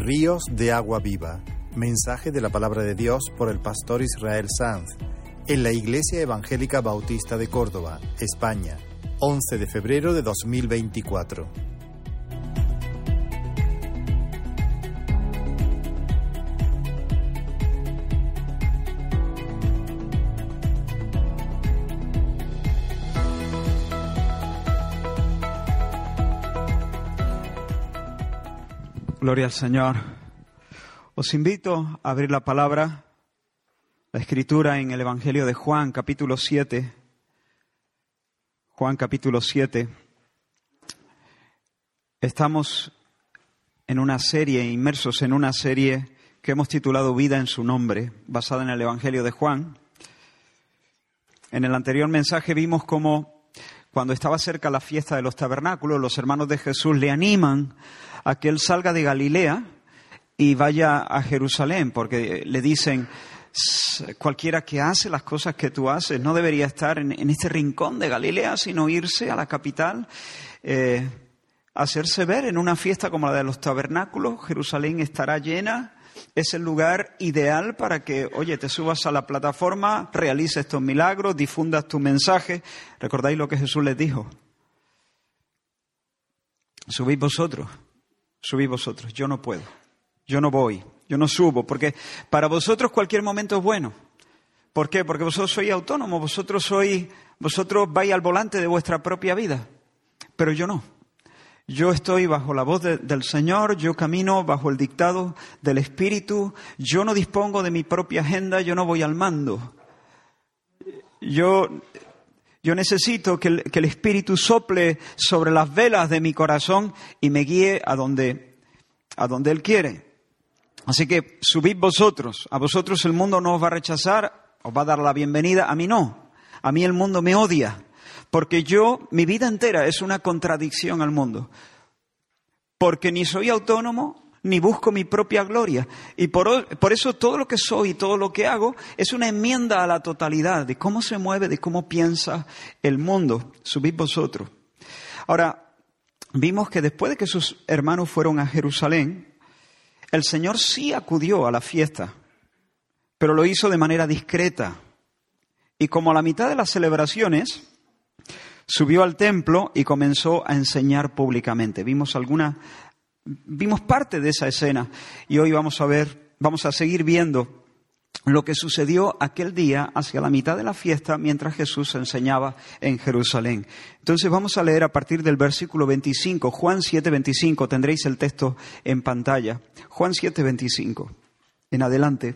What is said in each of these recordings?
Ríos de agua viva. Mensaje de la palabra de Dios por el pastor Israel Sanz en la Iglesia Evangélica Bautista de Córdoba, España, 11 de febrero de 2024. Gloria al Señor. Os invito a abrir la palabra, la Escritura en el Evangelio de Juan, capítulo 7. Juan, capítulo 7. Estamos inmersos en una serie que hemos titulado Vida en su nombre, basada en el Evangelio de Juan. En el anterior mensaje vimos cómo cuando estaba cerca la fiesta de los tabernáculos, los hermanos de Jesús le animan a que él salga de Galilea y vaya a Jerusalén, porque le dicen, cualquiera que hace las cosas que tú haces no debería estar en este rincón de Galilea, sino irse a la capital, hacerse ver en una fiesta como la de los tabernáculos. Jerusalén estará llena, es el lugar ideal para que, te subas a la plataforma, realices estos milagros, difundas tu mensaje. ¿Recordáis lo que Jesús les dijo? Subid vosotros, yo no puedo, yo no voy, yo no subo, porque para vosotros cualquier momento es bueno. ¿Por qué? Porque vosotros sois autónomos, vosotros vais al volante de vuestra propia vida, pero yo no. Yo estoy bajo la voz del Señor, yo camino bajo el dictado del Espíritu, yo no dispongo de mi propia agenda, yo no voy al mando. Yo necesito que el Espíritu sople sobre las velas de mi corazón y me guíe a donde Él quiere. Así que subid vosotros. A vosotros el mundo no os va a rechazar, os va a dar la bienvenida. A mí no. A mí el mundo me odia. Porque mi vida entera es una contradicción al mundo. Porque ni soy autónomo, ni busco mi propia gloria. Y por eso todo lo que soy y todo lo que hago es una enmienda a la totalidad de cómo se mueve, de cómo piensa el mundo. Subid vosotros. Ahora, vimos que después de que sus hermanos fueron a Jerusalén, el Señor sí acudió a la fiesta, pero lo hizo de manera discreta. Y como a la mitad de las celebraciones, subió al templo y comenzó a enseñar públicamente. Vimos parte de esa escena y hoy vamos a seguir viendo lo que sucedió aquel día hacia la mitad de la fiesta mientras Jesús enseñaba en Jerusalén. Entonces vamos a leer a partir del versículo 25, Juan 7:25, tendréis el texto en pantalla. Juan 7:25, en adelante.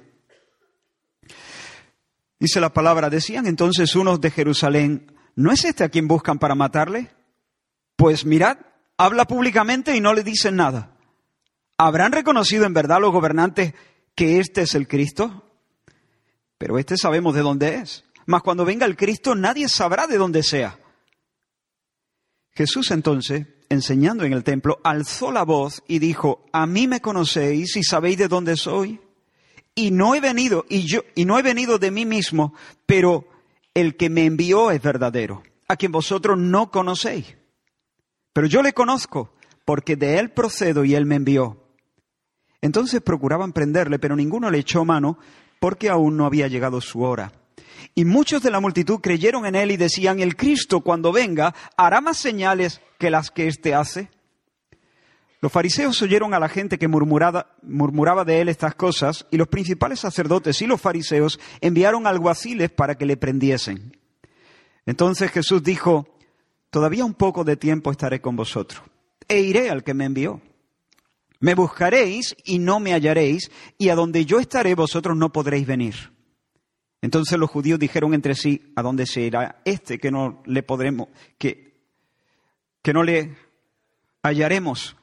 Dice la palabra, decían entonces unos de Jerusalén, ¿no es este a quien buscan para matarle? Pues mirad, habla públicamente y no le dicen nada. ¿Habrán reconocido en verdad los gobernantes que este es el Cristo? Pero este sabemos de dónde es. Mas cuando venga el Cristo nadie sabrá de dónde sea. Jesús entonces, enseñando en el templo, alzó la voz y dijo, a mí me conocéis y sabéis de dónde soy. Y no he venido de mí mismo, pero el que me envió es verdadero, a quien vosotros no conocéis. Pero yo le conozco, porque de él procedo y él me envió. Entonces procuraban prenderle, pero ninguno le echó mano, porque aún no había llegado su hora. Y muchos de la multitud creyeron en él y decían, el Cristo, cuando venga, hará más señales que las que éste hace. Los fariseos oyeron a la gente que murmuraba de él estas cosas, y los principales sacerdotes y los fariseos enviaron alguaciles para que le prendiesen. Entonces Jesús dijo, todavía un poco de tiempo estaré con vosotros, e iré al que me envió. Me buscaréis y no me hallaréis, y a donde yo estaré vosotros no podréis venir. Entonces los judíos dijeron entre sí, ¿a dónde se irá este que no le podremos, que no le hallaremos?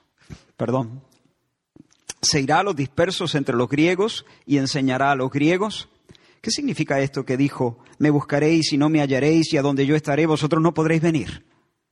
¿Se irá a los dispersos entre los griegos y enseñará a los griegos? ¿Qué significa esto que dijo, me buscaréis y no me hallaréis, y a donde yo estaré vosotros no podréis venir?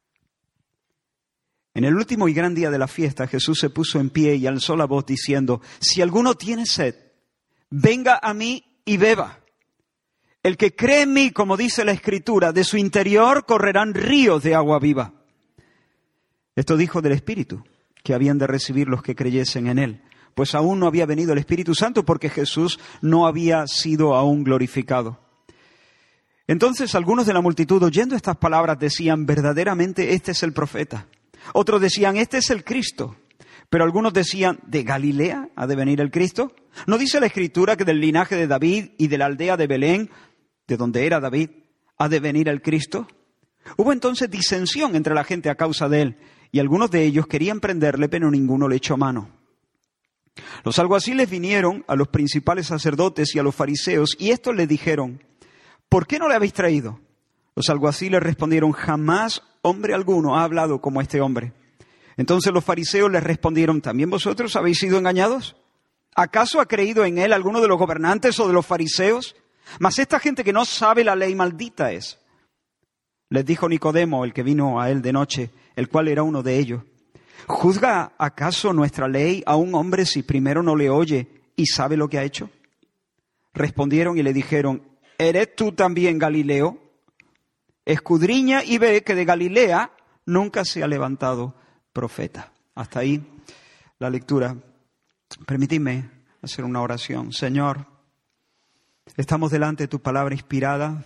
En el último y gran día de la fiesta, Jesús se puso en pie y alzó la voz diciendo, si alguno tiene sed, venga a mí y beba. El que cree en mí, como dice la Escritura, de su interior correrán ríos de agua viva. Esto dijo del Espíritu que habían de recibir los que creyesen en él, pues aún no había venido el Espíritu Santo porque Jesús no había sido aún glorificado. Entonces algunos de la multitud, oyendo estas palabras, decían: verdaderamente este es el profeta. Otros decían: este es el Cristo. Pero algunos decían: ¿de Galilea ha de venir el Cristo? ¿No dice la Escritura que del linaje de David y de la aldea de Belén, de donde era David, ha de venir el Cristo? Hubo entonces disensión entre la gente a causa de él, y algunos de ellos querían prenderle, pero ninguno le echó mano. Los alguaciles vinieron a los principales sacerdotes y a los fariseos, y estos les dijeron: ¿por qué no le habéis traído? Los alguaciles respondieron: jamás hombre alguno ha hablado como este hombre. Entonces los fariseos les respondieron: ¿también vosotros habéis sido engañados? ¿Acaso ha creído en él alguno de los gobernantes o de los fariseos? Mas esta gente que no sabe la ley, maldita es. Les dijo Nicodemo, el que vino a él de noche, el cual era uno de ellos: ¿juzga acaso nuestra ley a un hombre si primero no le oye y sabe lo que ha hecho? Respondieron y le dijeron: ¿eres tú también Galileo? Escudriña y ve que de Galilea nunca se ha levantado profeta. Hasta ahí la lectura. Permitidme hacer una oración. Señor, estamos delante de tu palabra inspirada.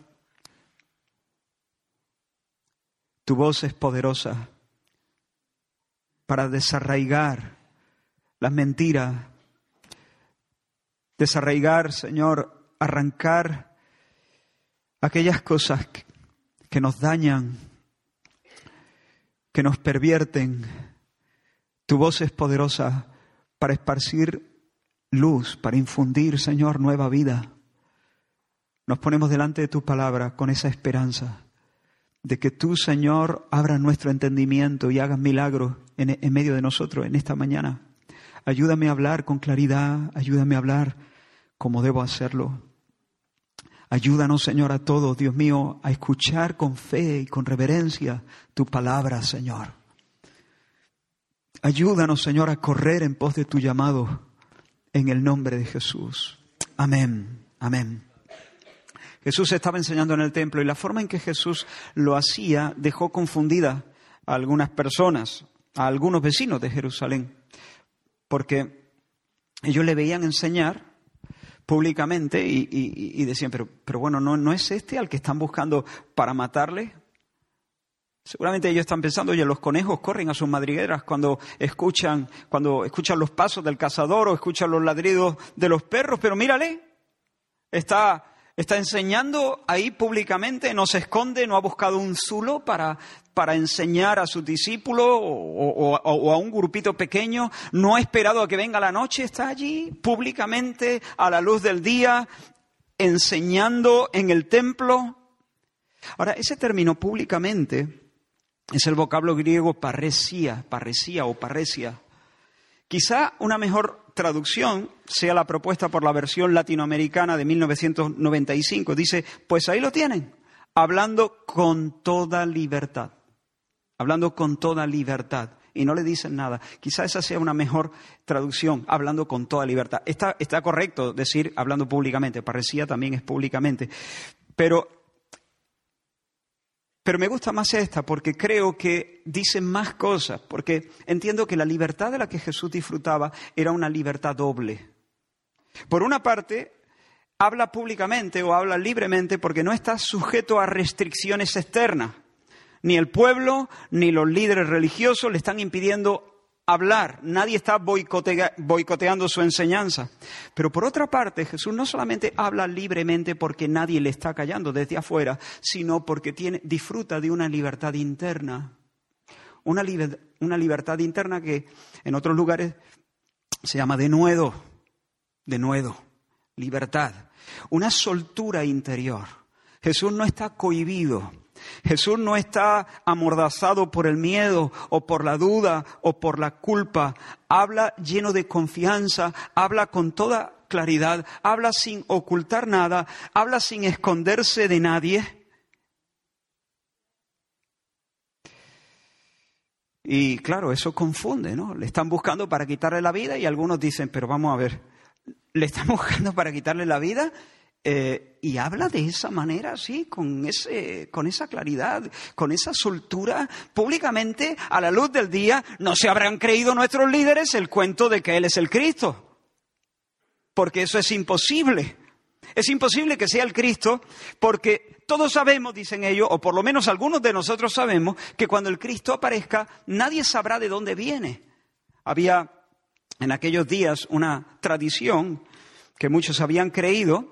Tu voz es poderosa para desarraigar las mentiras, desarraigar, Señor, arrancar aquellas cosas que nos dañan, que nos pervierten. Tu voz es poderosa para esparcir luz, para infundir, Señor, nueva vida. Nos ponemos delante de tu palabra con esa esperanza de que tú, Señor, abras nuestro entendimiento y hagas milagros en medio de nosotros en esta mañana. Ayúdame a hablar con claridad, ayúdame a hablar como debo hacerlo. Ayúdanos, Señor, a todos, Dios mío, a escuchar con fe y con reverencia tu palabra, Señor. Ayúdanos, Señor, a correr en pos de tu llamado en el nombre de Jesús. Amén, amén. Jesús estaba enseñando en el templo y la forma en que Jesús lo hacía dejó confundida a algunas personas, a algunos vecinos de Jerusalén, porque ellos le veían enseñar públicamente y decían, pero bueno, ¿no es este al que están buscando para matarle? Seguramente ellos están pensando: oye, los conejos corren a sus madrigueras cuando escuchan los pasos del cazador o escuchan los ladridos de los perros, pero mírale, está enseñando ahí públicamente, no se esconde, no ha buscado un zulo para enseñar a sus discípulos o a un grupito pequeño, no ha esperado a que venga la noche, está allí públicamente a la luz del día enseñando en el templo. Ahora, ese término públicamente es el vocablo griego parresía o parresia. Quizá una mejor traducción sea la propuesta por la versión latinoamericana de 1995. Dice: pues ahí lo tienen, hablando con toda libertad. Hablando con toda libertad. Y no le dicen nada. Quizá esa sea una mejor traducción, hablando con toda libertad. Está correcto decir hablando públicamente. Parresía también es públicamente. Pero me gusta más esta porque creo que dice más cosas, porque entiendo que la libertad de la que Jesús disfrutaba era una libertad doble. Por una parte, habla públicamente o habla libremente porque no está sujeto a restricciones externas. Ni el pueblo ni los líderes religiosos le están impidiendo hablar. Nadie está boicoteando su enseñanza. Pero por otra parte, Jesús no solamente habla libremente porque nadie le está callando desde afuera, sino porque disfruta de una libertad interna. Una libertad interna que en otros lugares se llama denuedo, libertad. Una soltura interior. Jesús no está cohibido. Jesús no está amordazado por el miedo o por la duda o por la culpa. Habla lleno de confianza, habla con toda claridad, habla sin ocultar nada, habla sin esconderse de nadie. Y claro, eso confunde, ¿no? Le están buscando para quitarle la vida y algunos dicen, pero vamos a ver, ¿le están buscando para quitarle la vida? Y habla de esa manera, así, con esa claridad, con esa soltura, públicamente, a la luz del día. No se habrán creído nuestros líderes el cuento de que Él es el Cristo, porque eso es imposible. Es imposible que sea el Cristo, porque todos sabemos, dicen ellos, o por lo menos algunos de nosotros sabemos, que cuando el Cristo aparezca, nadie sabrá de dónde viene. Había en aquellos días una tradición que muchos habían creído,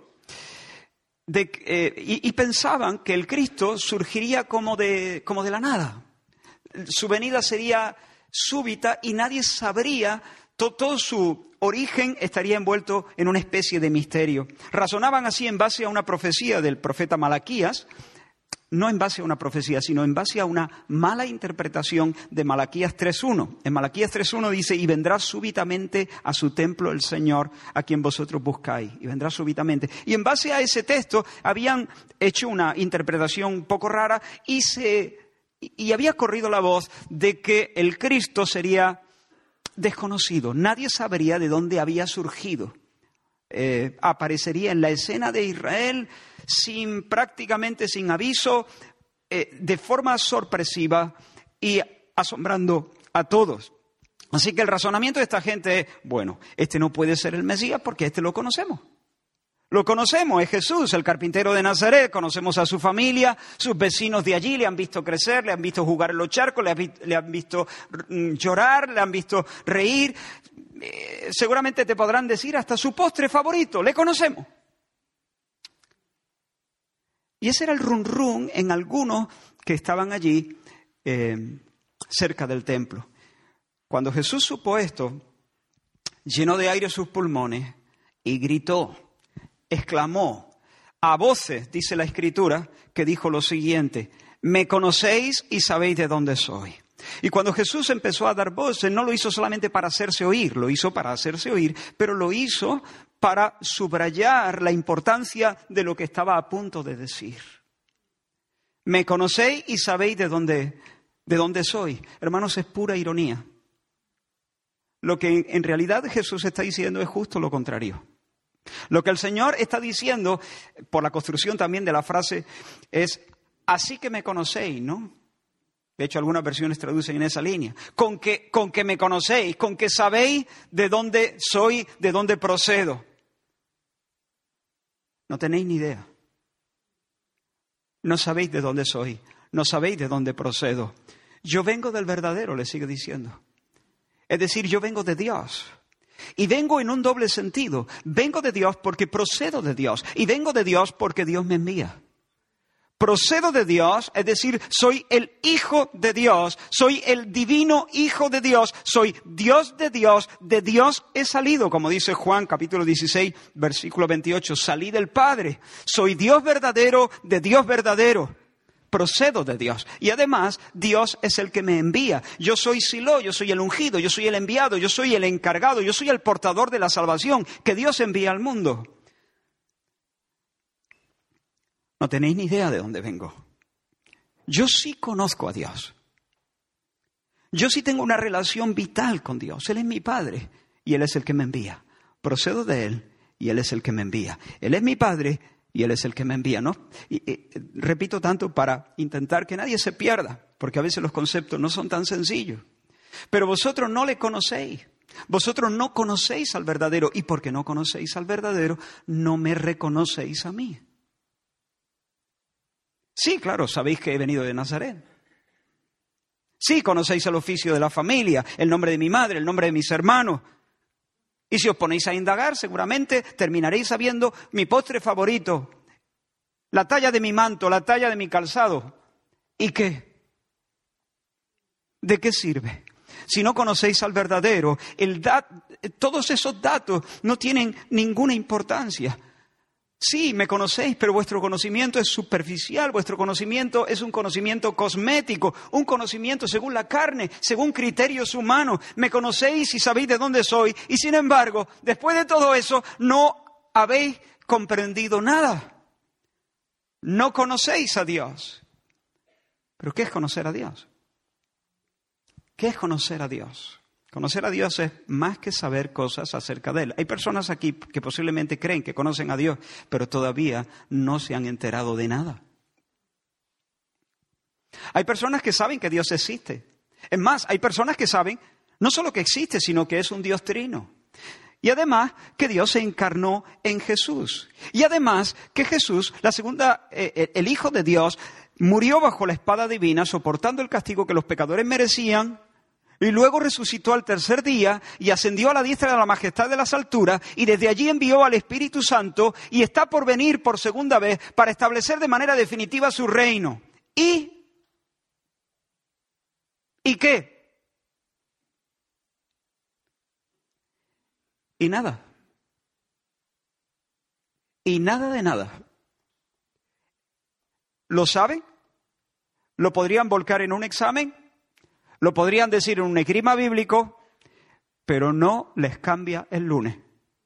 y pensaban que el Cristo surgiría como de la nada. Su venida sería súbita y nadie sabría, todo su origen estaría envuelto en una especie de misterio. Razonaban así en base a una profecía del profeta Malaquías, no en base a una profecía, sino en base a una mala interpretación de Malaquías 3.1. En Malaquías 3.1 dice, y vendrá súbitamente a su templo el Señor, a quien vosotros buscáis. Y vendrá súbitamente. Y en base a ese texto habían hecho una interpretación un poco rara y había corrido la voz de que el Cristo sería desconocido. Nadie sabría de dónde había surgido. Aparecería en la escena de Israel prácticamente sin aviso, de forma sorpresiva y asombrando a todos. Así que el razonamiento de esta gente es, bueno, este no puede ser el Mesías porque este lo conocemos. Lo conocemos, es Jesús, el carpintero de Nazaret, conocemos a su familia, sus vecinos de allí le han visto crecer, le han visto jugar en los charcos, le han visto llorar, le han visto reír. Seguramente te podrán decir hasta su postre favorito, le conocemos. Y ese era el run run en algunos que estaban allí cerca del templo. Cuando Jesús supo esto, llenó de aire sus pulmones y gritó, exclamó a voces, dice la Escritura, que dijo lo siguiente, me conocéis y sabéis de dónde soy. Y cuando Jesús empezó a dar voces, no lo hizo solamente para hacerse oír, lo hizo para hacerse oír, pero lo hizo para subrayar la importancia de lo que estaba a punto de decir. Me conocéis y sabéis de dónde soy. Hermanos, es pura ironía. Lo que en realidad Jesús está diciendo es justo lo contrario. Lo que el Señor está diciendo, por la construcción también de la frase, es así que me conocéis, ¿no? De hecho, algunas versiones traducen en esa línea. Con que me conocéis, con que sabéis de dónde soy, de dónde procedo. No tenéis ni idea. No sabéis de dónde soy, no sabéis de dónde procedo. Yo vengo del verdadero, le sigue diciendo. Es decir, yo vengo de Dios. Y vengo en un doble sentido. Vengo de Dios porque procedo de Dios. Y vengo de Dios porque Dios me envía. Procedo de Dios, es decir, soy el Hijo de Dios, soy el divino Hijo de Dios, soy Dios, de Dios he salido, como dice Juan capítulo 16, versículo 28, salí del Padre, soy Dios verdadero, de Dios verdadero, procedo de Dios. Y además, Dios es el que me envía. Yo soy Silo, yo soy el ungido, yo soy el enviado, yo soy el encargado, yo soy el portador de la salvación que Dios envía al mundo. No tenéis ni idea de dónde vengo. Yo sí conozco a Dios. Yo sí tengo una relación vital con Dios. Él es mi Padre y Él es el que me envía. Procedo de Él y Él es el que me envía. Él es mi Padre y Él es el que me envía, ¿no? Y repito tanto para intentar que nadie se pierda, porque a veces los conceptos no son tan sencillos. Pero vosotros no le conocéis. Vosotros no conocéis al verdadero. Y porque no conocéis al verdadero, no me reconocéis a mí. Sí, claro, sabéis que he venido de Nazaret. Sí, conocéis el oficio de la familia, el nombre de mi madre, el nombre de mis hermanos. Y si os ponéis a indagar, seguramente terminaréis sabiendo mi postre favorito, la talla de mi manto, la talla de mi calzado. ¿Y qué? ¿De qué sirve? Si no conocéis al verdadero, todos esos datos no tienen ninguna importancia. Sí, me conocéis, pero vuestro conocimiento es superficial, vuestro conocimiento es un conocimiento cosmético, un conocimiento según la carne, según criterios humanos. Me conocéis y sabéis de dónde soy, y sin embargo, después de todo eso, no habéis comprendido nada. No conocéis a Dios. ¿Pero qué es conocer a Dios? ¿Qué es conocer a Dios? Conocer a Dios es más que saber cosas acerca de Él. Hay personas aquí que posiblemente creen que conocen a Dios, pero todavía no se han enterado de nada. Hay personas que saben que Dios existe. Es más, hay personas que saben no solo que existe, sino que es un Dios trino. Y además que Dios se encarnó en Jesús. Y además que Jesús, el Hijo de Dios, murió bajo la espada divina, soportando el castigo que los pecadores merecían, y luego resucitó al tercer día y ascendió a la diestra de la majestad de las alturas, y desde allí envió al Espíritu Santo y está por venir por segunda vez para establecer de manera definitiva su reino. ¿Y qué? Y nada. Y nada de nada. ¿Lo saben? ¿Lo podrían volcar en un examen? ¿Lo podrían decir en un esgrima bíblico? Pero no les cambia el lunes.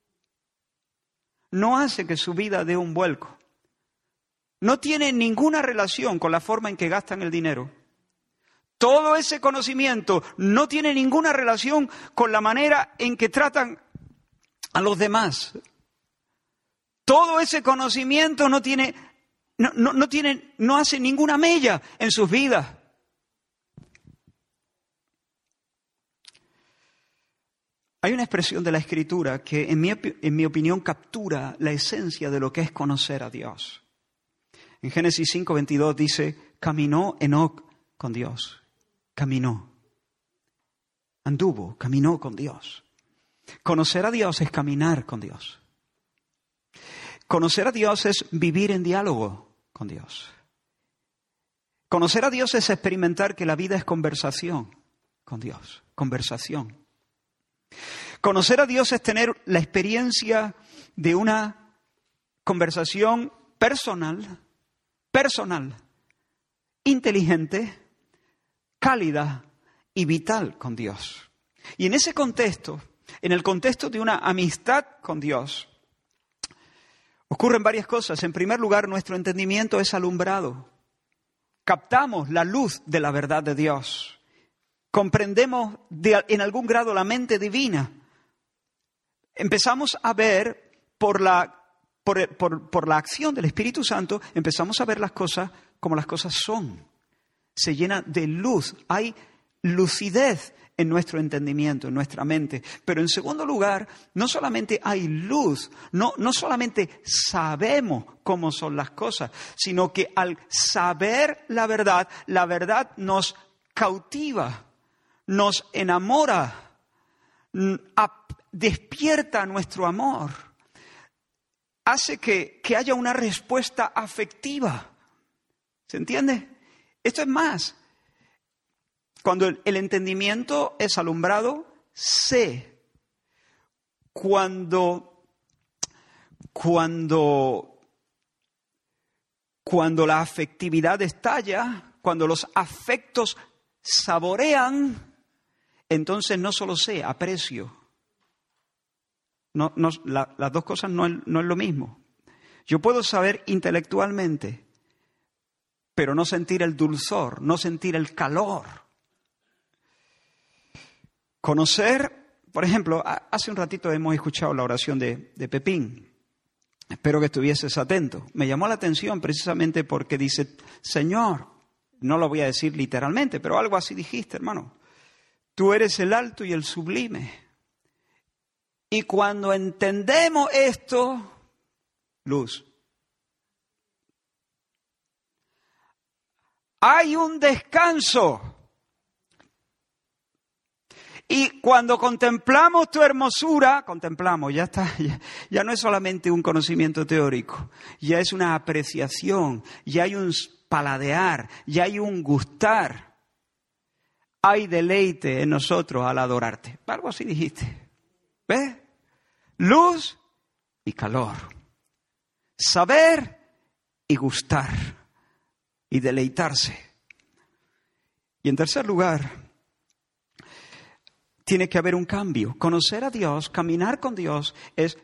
No hace que su vida dé un vuelco. No tiene ninguna relación con la forma en que gastan el dinero. Todo ese conocimiento no tiene ninguna relación con la manera en que tratan a los demás. Todo ese conocimiento no hace ninguna mella en sus vidas. Hay una expresión de la Escritura que, en mi opinión, captura la esencia de lo que es conocer a Dios. En Génesis 5:22 dice, caminó Enoc con Dios. Caminó. Anduvo, caminó con Dios. Conocer a Dios es caminar con Dios. Conocer a Dios es vivir en diálogo con Dios. Conocer a Dios es experimentar que la vida es conversación con Dios. Conversación. Conocer a Dios es tener la experiencia de una conversación personal, inteligente, cálida y vital con Dios. Y en ese contexto, en el contexto de una amistad con Dios, ocurren varias cosas. En primer lugar, nuestro entendimiento es alumbrado. Captamos la luz de la verdad de Dios. Comprendemos en algún grado la mente divina. Empezamos a ver por la acción del Espíritu Santo, empezamos a ver las cosas como las cosas son. Se llena de luz. Hay lucidez en nuestro entendimiento, en nuestra mente. Pero en segundo lugar, no solamente hay luz, no solamente sabemos cómo son las cosas, sino que al saber la verdad nos cautiva, nos enamora, despierta nuestro amor, hace que haya una respuesta afectiva. ¿Se entiende? Esto es más. Cuando el entendimiento es alumbrado, sé. Cuando la afectividad estalla, cuando los afectos saborean, entonces no solo sé, aprecio. Las dos cosas no es lo mismo. Yo puedo saber intelectualmente, pero no sentir el dulzor, no sentir el calor. Conocer, por ejemplo, hace un ratito hemos escuchado la oración de Pepín. Espero que estuvieses atento. Me llamó la atención precisamente porque dice, Señor, no lo voy a decir literalmente, pero algo así dijiste, hermano. Tú eres el alto y el sublime. Y cuando entendemos esto, luz. Hay un descanso. Y cuando contemplamos tu hermosura, ya no es solamente un conocimiento teórico, ya es una apreciación, ya hay un paladear, ya hay un gustar. Hay deleite en nosotros al adorarte. Algo así dijiste. ¿Ves? Luz y calor. Saber y gustar. Y deleitarse. Y en tercer lugar, tiene que haber un cambio. Conocer a Dios, caminar con Dios, es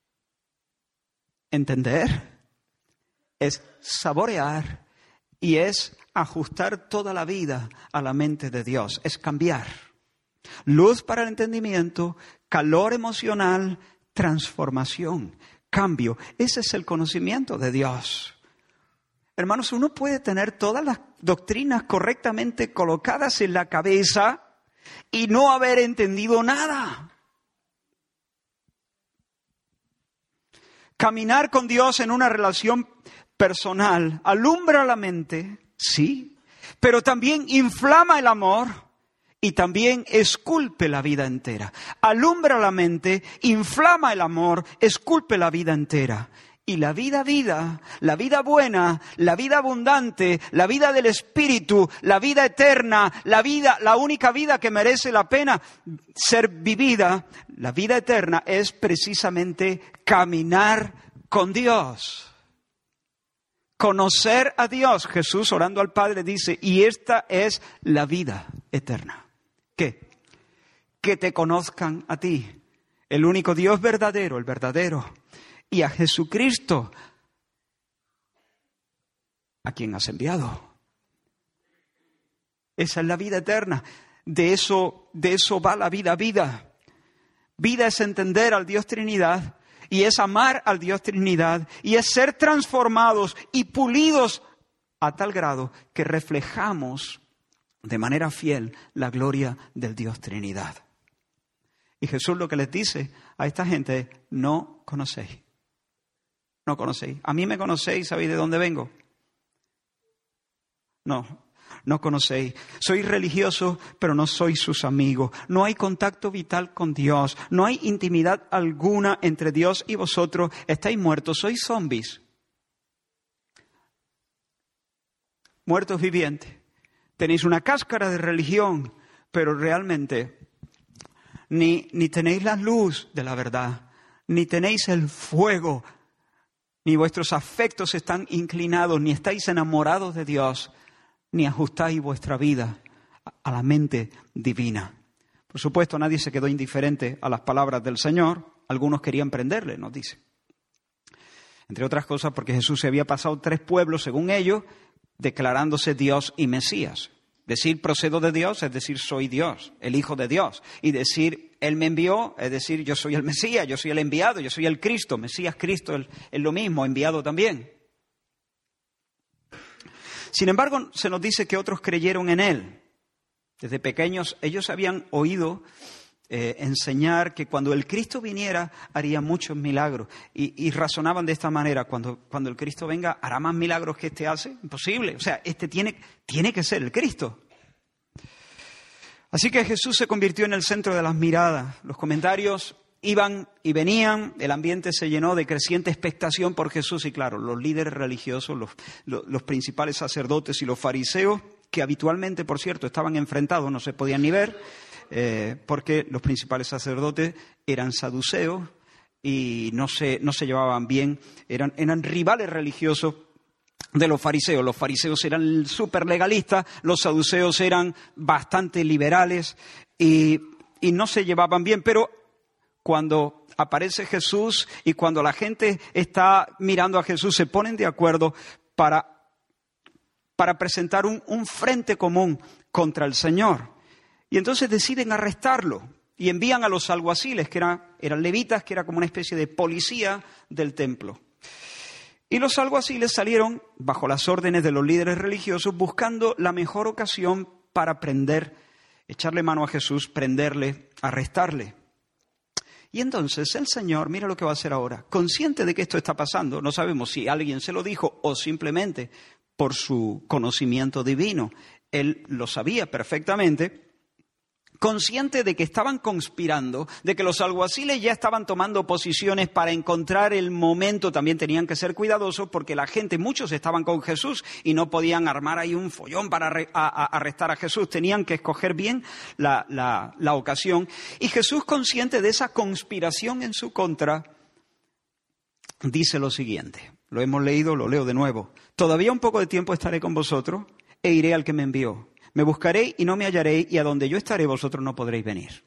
entender, es saborear y es ajustar toda la vida a la mente de Dios. Es cambiar. Luz para el entendimiento, calor emocional, transformación, cambio. Ese es el conocimiento de Dios. Hermanos, uno puede tener todas las doctrinas correctamente colocadas en la cabeza y no haber entendido nada. Caminar con Dios en una relación personal alumbra la mente, sí, pero también inflama el amor y también esculpe la vida entera. Alumbra la mente, inflama el amor, esculpe la vida entera. Y la vida buena, la vida abundante, la vida del Espíritu, la vida eterna, la única vida que merece la pena ser vivida, la vida eterna es precisamente caminar con Dios. Conocer a Dios. Jesús, orando al Padre, dice, y esta es la vida eterna. ¿Qué? Que te conozcan a ti, el único Dios verdadero, el verdadero, y a Jesucristo, a quien has enviado. Esa es la vida eterna. De eso va la vida. Vida es entender al Dios Trinidad, y es amar al Dios Trinidad, y es ser transformados y pulidos a tal grado que reflejamos de manera fiel la gloria del Dios Trinidad. Y Jesús lo que les dice a esta gente es, no conocéis. No conocéis. A mí me conocéis, ¿sabéis de dónde vengo? No conocéis. Sois religiosos, pero no sois sus amigos. No hay contacto vital con Dios. No hay intimidad alguna entre Dios y vosotros. Estáis muertos, sois zombies. Muertos vivientes. Tenéis una cáscara de religión, pero realmente ni tenéis la luz de la verdad, ni tenéis el fuego, ni vuestros afectos están inclinados, ni estáis enamorados de Dios, ni ajustáis vuestra vida a la mente divina. Por supuesto, nadie se quedó indiferente a las palabras del Señor. Algunos querían prenderle, nos dice. Entre otras cosas porque Jesús se había pasado 3 pueblos, según ellos, declarándose Dios y Mesías. Decir procedo de Dios es decir soy Dios, el Hijo de Dios. Y decir Él me envió es decir yo soy el Mesías, yo soy el enviado, yo soy el Cristo. Mesías, Cristo es lo mismo, enviado también. Sin embargo, se nos dice que otros creyeron en Él. Desde pequeños ellos habían oído enseñar que cuando el Cristo viniera haría muchos milagros. Y razonaban de esta manera, cuando el Cristo venga, ¿hará más milagros que este hace? Imposible. O sea, este tiene que ser el Cristo. Así que Jesús se convirtió en el centro de las miradas. Los comentarios iban y venían, el ambiente se llenó de creciente expectación por Jesús. Y claro, los líderes religiosos, los principales sacerdotes y los fariseos, que habitualmente, por cierto, estaban enfrentados, no se podían ni ver, porque los principales sacerdotes eran saduceos y no se llevaban bien, eran rivales religiosos de los fariseos. Los fariseos eran súper legalistas, los saduceos eran bastante liberales y no se llevaban bien. Pero cuando aparece Jesús y cuando la gente está mirando a Jesús, se ponen de acuerdo para presentar un frente común contra el Señor. Y entonces deciden arrestarlo y envían a los alguaciles, que eran levitas, que era como una especie de policía del templo. Y los alguaciles salieron bajo las órdenes de los líderes religiosos buscando la mejor ocasión para echarle mano a Jesús, prenderle, arrestarle. Y entonces el Señor, mira lo que va a hacer ahora, consciente de que esto está pasando, no sabemos si alguien se lo dijo o simplemente por su conocimiento divino, Él lo sabía perfectamente, consciente de que estaban conspirando, de que los alguaciles ya estaban tomando posiciones para encontrar el momento. También tenían que ser cuidadosos porque muchos estaban con Jesús y no podían armar ahí un follón para arrestar a Jesús. Tenían que escoger bien la ocasión. Y Jesús, consciente de esa conspiración en su contra, dice lo siguiente. Lo hemos leído, lo leo de nuevo. Todavía un poco de tiempo estaré con vosotros e iré al que me envió. Me buscaréis y no me hallaréis, y a donde yo estaré vosotros no podréis venir.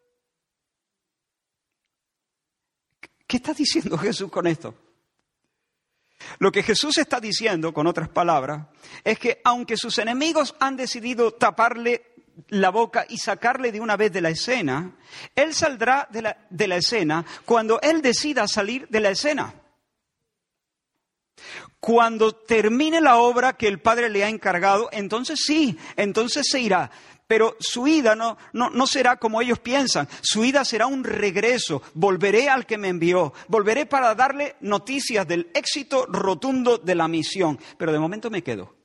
¿Qué está diciendo Jesús con esto? Lo que Jesús está diciendo, con otras palabras, es que aunque sus enemigos han decidido taparle la boca y sacarle de una vez de la escena, Él saldrá de la escena cuando Él decida salir de la escena. Cuando termine la obra que el Padre le ha encargado, entonces sí, entonces se irá. Pero su ida no será como ellos piensan. Su ida será un regreso. Volveré al que me envió. Volveré para darle noticias del éxito rotundo de la misión. Pero de momento me quedo.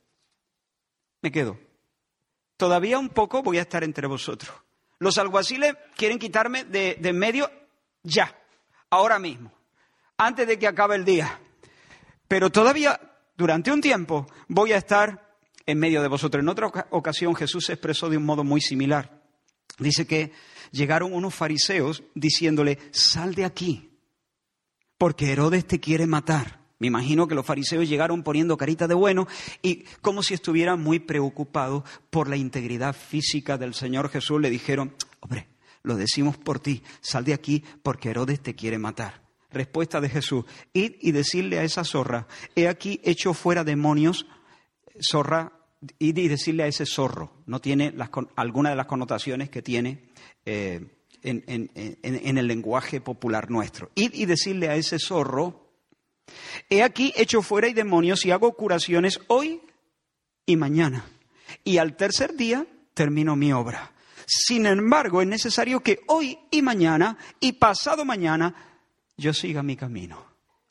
Todavía un poco voy a estar entre vosotros. Los alguaciles quieren quitarme de en medio ya, ahora mismo, antes de que acabe el día. Pero todavía, durante un tiempo, voy a estar en medio de vosotros. En otra ocasión Jesús se expresó de un modo muy similar. Dice que llegaron unos fariseos diciéndole, sal de aquí, porque Herodes te quiere matar. Me imagino que los fariseos llegaron poniendo carita de bueno y como si estuvieran muy preocupados por la integridad física del Señor Jesús. Le dijeron, hombre, lo decimos por ti, sal de aquí porque Herodes te quiere matar. Respuesta de Jesús, id y decirle a esa zorra, he aquí hecho fuera demonios, zorra, id y decirle a ese zorro. No tiene alguna de las connotaciones que tiene en el lenguaje popular nuestro. Id y decirle a ese zorro, he aquí hecho fuera y demonios y hago curaciones hoy y mañana. Y al tercer día termino mi obra. Sin embargo, es necesario que hoy y mañana y pasado mañana yo siga mi camino.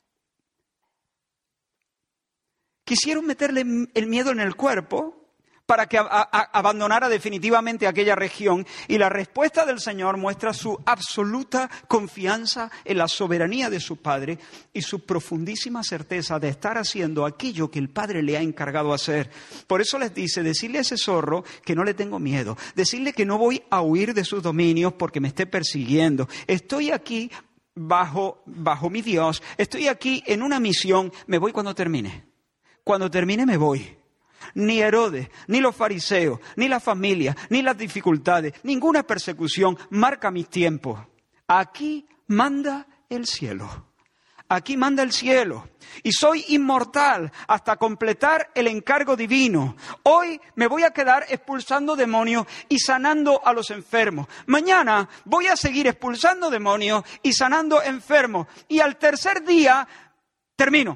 Quisieron meterle el miedo en el cuerpo para que abandonara definitivamente aquella región. Y la respuesta del Señor muestra su absoluta confianza en la soberanía de su Padre y su profundísima certeza de estar haciendo aquello que el Padre le ha encargado hacer. Por eso les dice, decirle a ese zorro que no le tengo miedo, decirle que no voy a huir de sus dominios porque me esté persiguiendo. Estoy aquí bajo mi Dios, estoy aquí en una misión, me voy cuando termine. Cuando termine me voy. Ni Herodes, ni los fariseos, ni la familia, ni las dificultades, ninguna persecución marca mis tiempos. Aquí manda el cielo. Aquí manda el cielo. Y soy inmortal hasta completar el encargo divino. Hoy me voy a quedar expulsando demonios y sanando a los enfermos. Mañana voy a seguir expulsando demonios y sanando enfermos. Y al tercer día termino.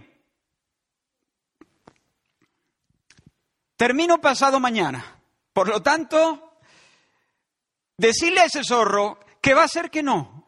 Termino pasado mañana. Por lo tanto, decirle a ese zorro que va a ser que no.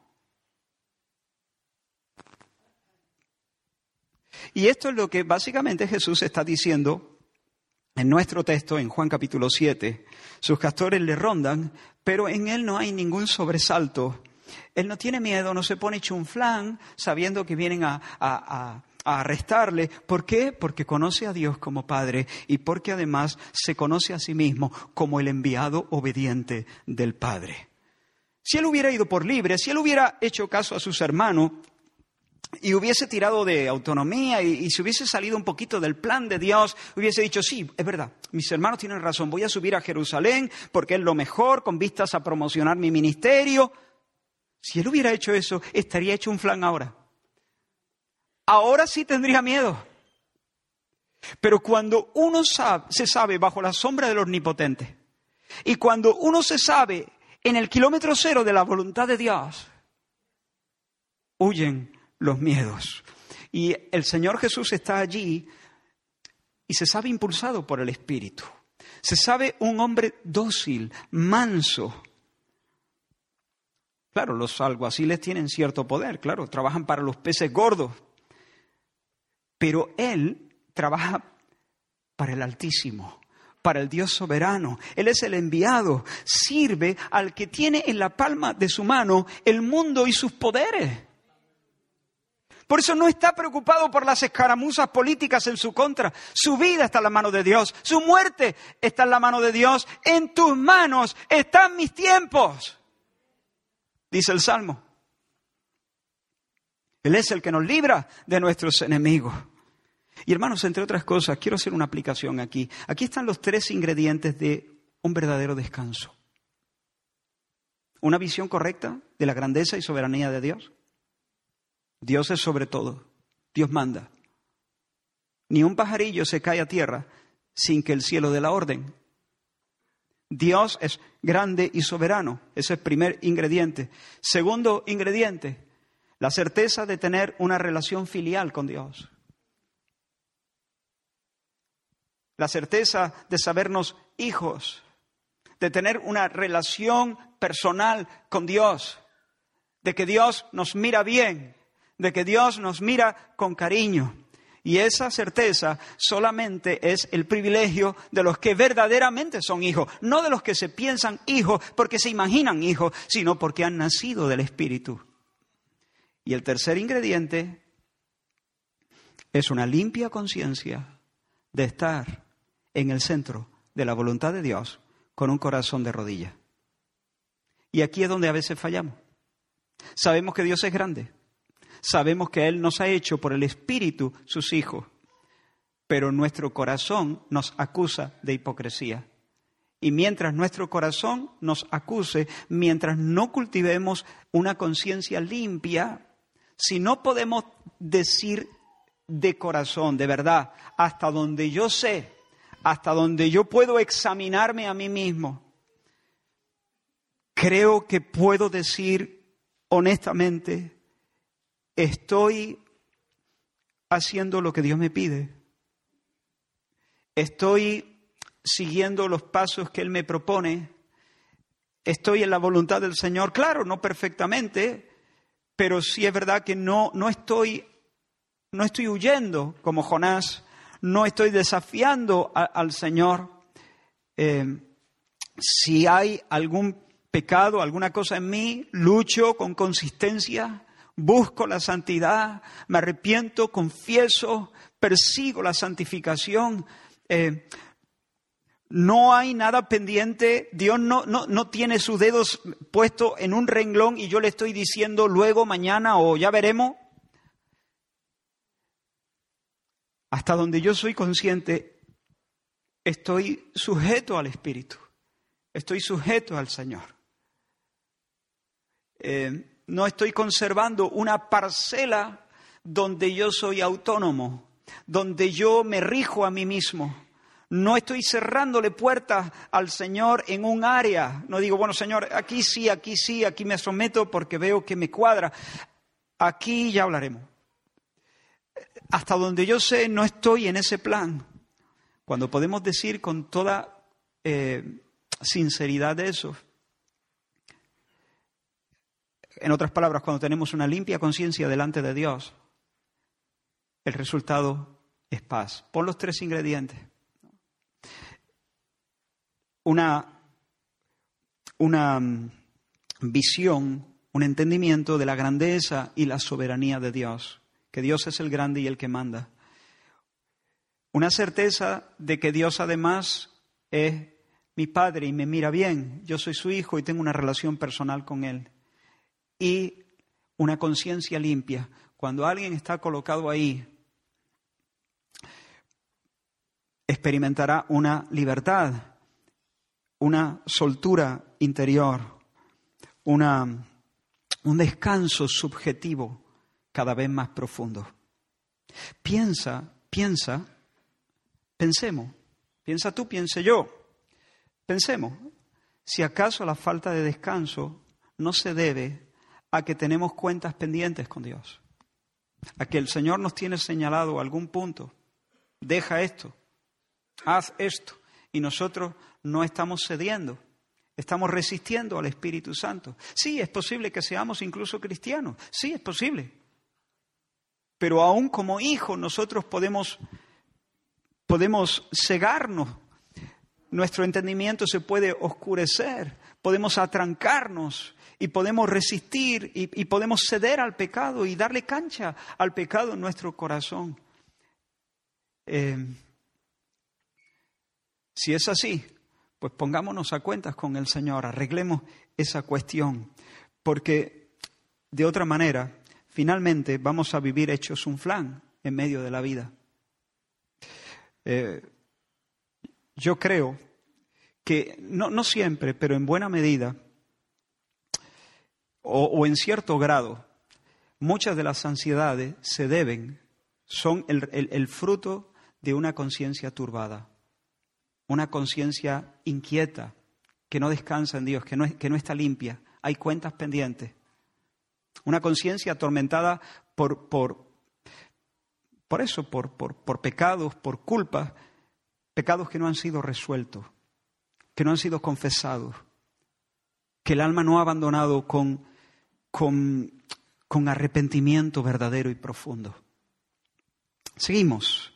Y esto es lo que básicamente Jesús está diciendo en nuestro texto, en Juan capítulo 7. Sus castores le rondan, pero en él no hay ningún sobresalto. Él no tiene miedo, no se pone chunflán sabiendo que vienen a arrestarle. ¿Por qué? Porque conoce a Dios como Padre y porque además se conoce a sí mismo como el enviado obediente del Padre. Si él hubiera ido por libre, si él hubiera hecho caso a sus hermanos y hubiese tirado de autonomía y se hubiese salido un poquito del plan de Dios, hubiese dicho, sí, es verdad, mis hermanos tienen razón, voy a subir a Jerusalén porque es lo mejor con vistas a promocionar mi ministerio. Si él hubiera hecho eso, estaría hecho un flan ahora. Ahora sí tendría miedo. Pero cuando uno se sabe bajo la sombra del Omnipotente y cuando uno se sabe en el kilómetro cero de la voluntad de Dios, huyen los miedos. Y el Señor Jesús está allí y se sabe impulsado por el Espíritu. Se sabe un hombre dócil, manso. Claro, los alguaciles tienen cierto poder, claro, trabajan para los peces gordos. Pero él trabaja para el Altísimo, para el Dios soberano. Él es el enviado, sirve al que tiene en la palma de su mano el mundo y sus poderes. Por eso no está preocupado por las escaramuzas políticas en su contra. Su vida está en la mano de Dios, su muerte está en la mano de Dios. En tus manos están mis tiempos, dice el Salmo. Él es el que nos libra de nuestros enemigos. Y hermanos, entre otras cosas, quiero hacer una aplicación aquí. Aquí están los 3 ingredientes de un verdadero descanso. Una visión correcta de la grandeza y soberanía de Dios. Dios es sobre todo. Dios manda. Ni un pajarillo se cae a tierra sin que el cielo dé la orden. Dios es grande y soberano. Ese es el primer ingrediente. Segundo ingrediente, la certeza de tener una relación filial con Dios. La certeza de sabernos hijos, de tener una relación personal con Dios, de que Dios nos mira bien, de que Dios nos mira con cariño. Y esa certeza solamente es el privilegio de los que verdaderamente son hijos, no de los que se piensan hijos porque se imaginan hijos, sino porque han nacido del Espíritu. Y el tercer ingrediente es una limpia conciencia de estar en el centro de la voluntad de Dios con un corazón de rodillas. Y aquí es donde a veces fallamos. Sabemos que Dios es grande. Sabemos que Él nos ha hecho por el Espíritu sus hijos. Pero nuestro corazón nos acusa de hipocresía. Y mientras nuestro corazón nos acuse, mientras no cultivemos una conciencia limpia, si no podemos decir de corazón, de verdad, hasta donde yo sé, hasta donde yo puedo examinarme a mí mismo, creo que puedo decir honestamente, estoy haciendo lo que Dios me pide. Estoy siguiendo los pasos que Él me propone. Estoy en la voluntad del Señor. Claro, no perfectamente, pero sí es verdad que no estoy huyendo como Jonás. No estoy desafiando al Señor. Si hay algún pecado, alguna cosa en mí, lucho con consistencia, busco la santidad, me arrepiento, confieso, persigo la santificación. No hay nada pendiente. Dios no tiene sus dedos puestos en un renglón y yo le estoy diciendo luego, mañana o ya veremos. Hasta donde yo soy consciente, estoy sujeto al Espíritu. Estoy sujeto al Señor. No estoy conservando una parcela donde yo soy autónomo, donde yo me rijo a mí mismo. No estoy cerrándole puertas al Señor en un área. No digo, bueno, Señor, aquí sí, aquí me someto porque veo que me cuadra. Aquí ya hablaremos. Hasta donde yo sé, no estoy en ese plan. Cuando podemos decir con toda sinceridad eso. En otras palabras, cuando tenemos una limpia conciencia delante de Dios, el resultado es paz. Pon los 3 ingredientes. Una visión, un entendimiento de la grandeza y la soberanía de Dios, que Dios es el grande y el que manda. Una certeza de que Dios además es mi Padre y me mira bien, yo soy su hijo y tengo una relación personal con Él. Y una conciencia limpia. Cuando alguien está colocado ahí, experimentará una libertad, una soltura interior, un descanso subjetivo cada vez más profundo. Pensemos, piensa tú, piense yo, pensemos, si acaso la falta de descanso no se debe a que tenemos cuentas pendientes con Dios, a que el Señor nos tiene señalado algún punto, deja esto, haz esto, y nosotros no estamos cediendo, estamos resistiendo al Espíritu Santo. Sí, es posible que seamos incluso cristianos, sí, es posible, pero aún como hijos nosotros podemos cegarnos, nuestro entendimiento se puede oscurecer, podemos atrancarnos, y podemos resistir y podemos ceder al pecado y darle cancha al pecado en nuestro corazón. Si es así, pues pongámonos a cuentas con el Señor, arreglemos esa cuestión, porque de otra manera, finalmente vamos a vivir hechos un flan en medio de la vida. Yo creo que, no siempre, pero en buena medida, o en cierto grado, muchas de las ansiedades son el fruto de una conciencia turbada, una conciencia inquieta, que no descansa en Dios, que no está limpia. Hay cuentas pendientes. Una conciencia atormentada por pecados, por culpas, pecados que no han sido resueltos, que no han sido confesados, que el alma no ha abandonado con arrepentimiento verdadero y profundo. Seguimos.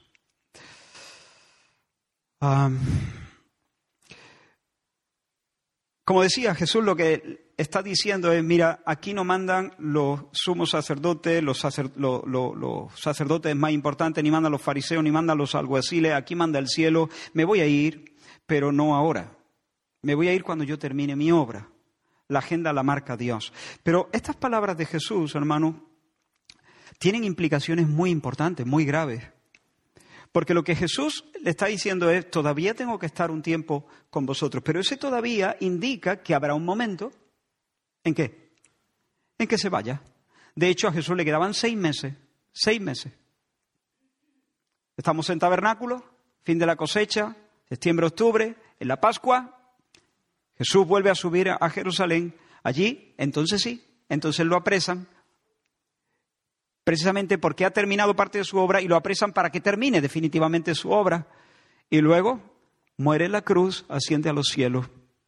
Como decía, Jesús lo que está diciendo es, mira, aquí no mandan los sumos sacerdotes, los sacerdotes más importantes, ni mandan los fariseos, ni mandan los alguaciles, aquí manda el cielo. Me voy a ir, pero no ahora. Me voy a ir cuando yo termine mi obra. La agenda la marca Dios. Pero estas palabras de Jesús, hermano, tienen implicaciones muy importantes, muy graves. Porque lo que Jesús le está diciendo es, todavía tengo que estar un tiempo con vosotros. Pero ese todavía indica que habrá un momento, ¿en qué? En que se vaya. De hecho, a Jesús le quedaban 6 meses. 6 meses. Estamos en tabernáculo, fin de la cosecha, septiembre, octubre, en la Pascua. Jesús vuelve a subir a Jerusalén. Allí, entonces lo apresan. Precisamente porque ha terminado parte de su obra y lo apresan para que termine definitivamente su obra. Y luego muere en la cruz, asciende a los cielos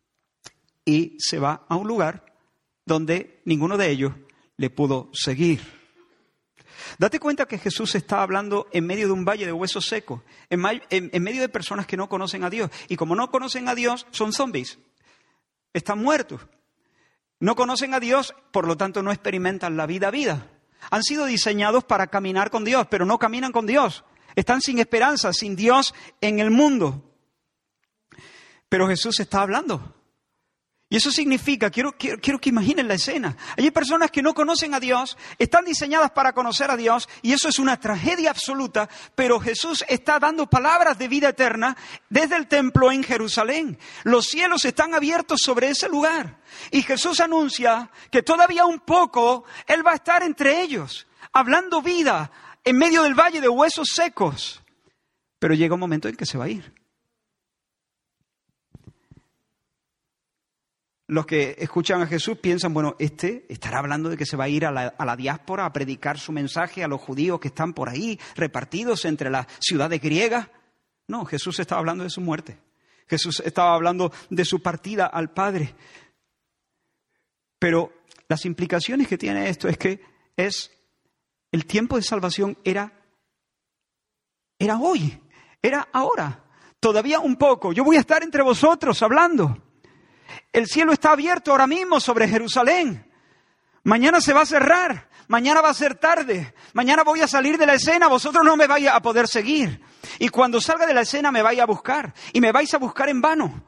y se va a un lugar donde ninguno de ellos le pudo seguir. Date cuenta que Jesús está hablando en medio de un valle de huesos secos, en medio de personas que no conocen a Dios. Y como no conocen a Dios, son zombies, están muertos. No conocen a Dios, por lo tanto no experimentan la vida. Han sido diseñados para caminar con Dios, pero no caminan con Dios. Están sin esperanza, sin Dios en el mundo. Pero Jesús está hablando. Y eso significa, quiero que imaginen la escena. Hay personas que no conocen a Dios, están diseñadas para conocer a Dios, y eso es una tragedia absoluta, pero Jesús está dando palabras de vida eterna desde el templo en Jerusalén. Los cielos están abiertos sobre ese lugar. Y Jesús anuncia que todavía un poco Él va a estar entre ellos, hablando vida en medio del valle de huesos secos. Pero llega un momento en que se va a ir. Los que escuchan a Jesús piensan, bueno, estará hablando de que se va a ir a la diáspora a predicar su mensaje a los judíos que están por ahí, repartidos entre las ciudades griegas. No, Jesús estaba hablando de su muerte. Jesús estaba hablando de su partida al Padre. Pero las implicaciones que tiene esto es que el tiempo de salvación era hoy, era ahora. Todavía un poco. Yo voy a estar entre vosotros hablando. El cielo está abierto ahora mismo sobre Jerusalén. Mañana se va a cerrar. Mañana va a ser tarde. Mañana voy a salir de la escena. Vosotros no me vais a poder seguir. Y cuando salga de la escena me vais a buscar. Y me vais a buscar en vano.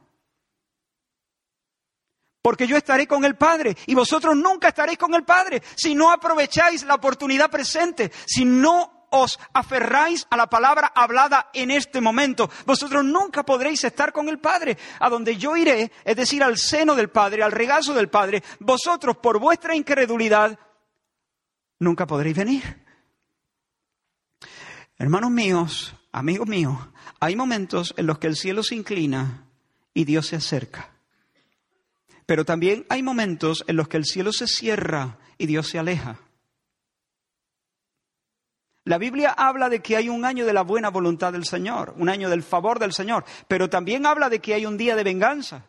Porque yo estaré con el Padre. Y vosotros nunca estaréis con el Padre. Si no aprovecháis la oportunidad presente. Si no os aferráis a la palabra hablada en este momento, vosotros nunca podréis estar con el Padre. A donde yo iré, es decir, al seno del Padre, al regazo del Padre, vosotros por vuestra incredulidad nunca podréis venir. Hermanos míos, amigos míos, hay momentos en los que el cielo se inclina y Dios se acerca. Pero también hay momentos en los que el cielo se cierra y Dios se aleja. La Biblia habla de que hay un año de la buena voluntad del Señor, un año del favor del Señor, pero también habla de que hay un día de venganza.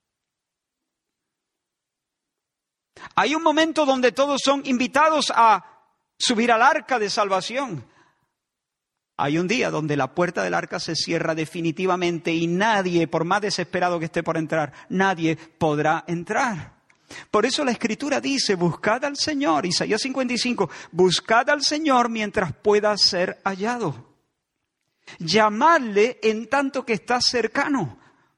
Hay un momento donde todos son invitados a subir al arca de salvación. Hay un día donde la puerta del arca se cierra definitivamente y nadie, por más desesperado que esté por entrar, nadie podrá entrar. Por eso la Escritura dice, buscad al Señor, Isaías 55, buscad al Señor mientras pueda ser hallado. Llamadle en tanto que está cercano.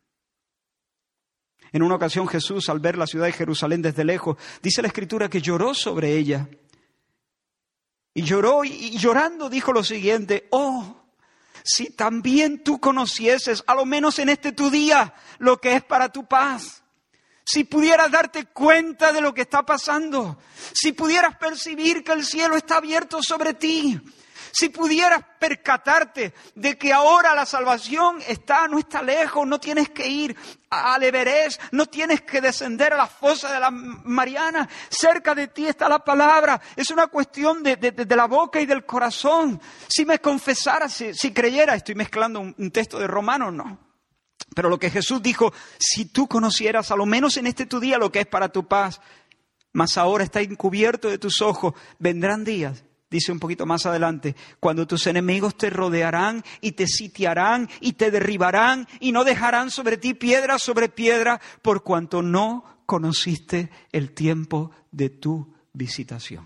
En una ocasión Jesús, al ver la ciudad de Jerusalén desde lejos, dice la Escritura que lloró sobre ella. Y lloró y llorando dijo lo siguiente, oh, si también tú conocieses, a lo menos en este tu día, lo que es para tu paz. Si pudieras darte cuenta de lo que está pasando, si pudieras percibir que el cielo está abierto sobre ti, Si pudieras percatarte de que ahora la salvación no está lejos, no tienes que ir al Everest, no tienes que descender a la fosa de la Mariana, cerca de ti está la palabra, es una cuestión de la boca y del corazón. Si me confesaras, si creyera, estoy mezclando un texto de Romanos, no. Pero lo que Jesús dijo, si tú conocieras a lo menos en este tu día lo que es para tu paz, mas ahora está encubierto de tus ojos, vendrán días, dice un poquito más adelante, cuando tus enemigos te rodearán y te sitiarán y te derribarán y no dejarán sobre ti piedra sobre piedra, por cuanto no conociste el tiempo de tu visitación.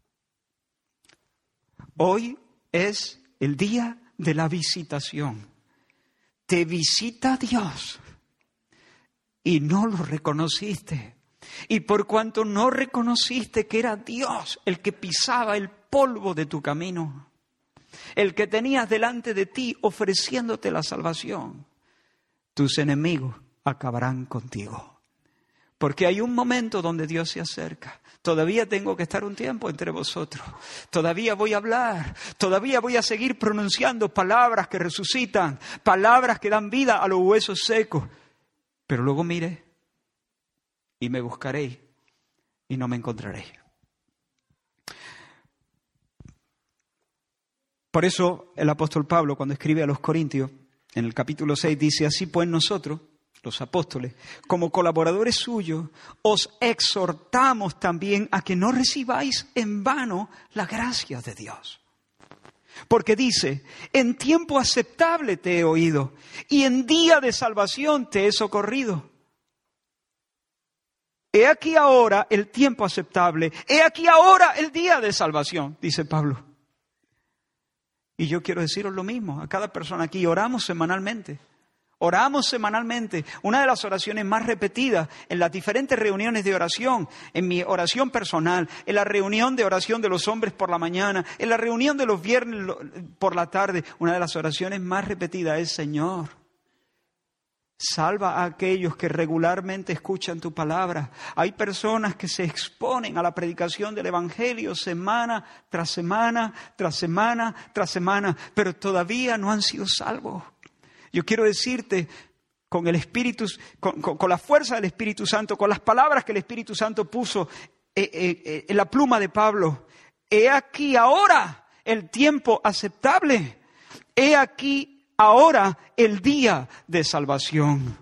Hoy es el día de la visitación. Te visita Dios y no lo reconociste. Y por cuanto no reconociste que era Dios el que pisaba el polvo de tu camino, el que tenías delante de ti ofreciéndote la salvación, tus enemigos acabarán contigo. Porque hay un momento donde Dios se acerca. Todavía tengo que estar un tiempo entre vosotros. Todavía voy a hablar. Todavía voy a seguir pronunciando palabras que resucitan. Palabras que dan vida a los huesos secos. Pero luego miré y me buscaréis y no me encontraréis. Por eso el apóstol Pablo, cuando escribe a los Corintios, en el capítulo 6, dice: así pues nosotros, los apóstoles, como colaboradores suyos, os exhortamos también a que no recibáis en vano la gracia de Dios. Porque dice: en tiempo aceptable te he oído, y en día de salvación te he socorrido. He aquí ahora el tiempo aceptable, he aquí ahora el día de salvación, dice Pablo. Y yo quiero deciros lo mismo a cada persona aquí. Oramos semanalmente. Oramos semanalmente. Una de las oraciones más repetidas en las diferentes reuniones de oración, en mi oración personal, en la reunión de oración de los hombres por la mañana, en la reunión de los viernes por la tarde, una de las oraciones más repetidas es: Señor, salva a aquellos que regularmente escuchan tu palabra. Hay personas que se exponen a la predicación del Evangelio semana tras semana, tras semana, tras semana, pero todavía no han sido salvos. Yo quiero decirte, con el Espíritu, con la fuerza del Espíritu Santo, con las palabras que el Espíritu Santo puso en la pluma de Pablo: he aquí ahora el tiempo aceptable. He aquí ahora el día de salvación.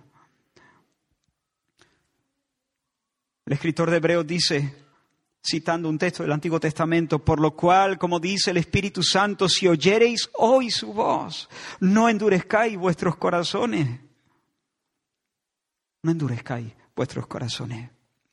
El escritor de Hebreos dice, citando un texto del Antiguo Testamento: por lo cual, como dice el Espíritu Santo, si oyereis hoy su voz, no endurezcáis vuestros corazones. No endurezcáis vuestros corazones.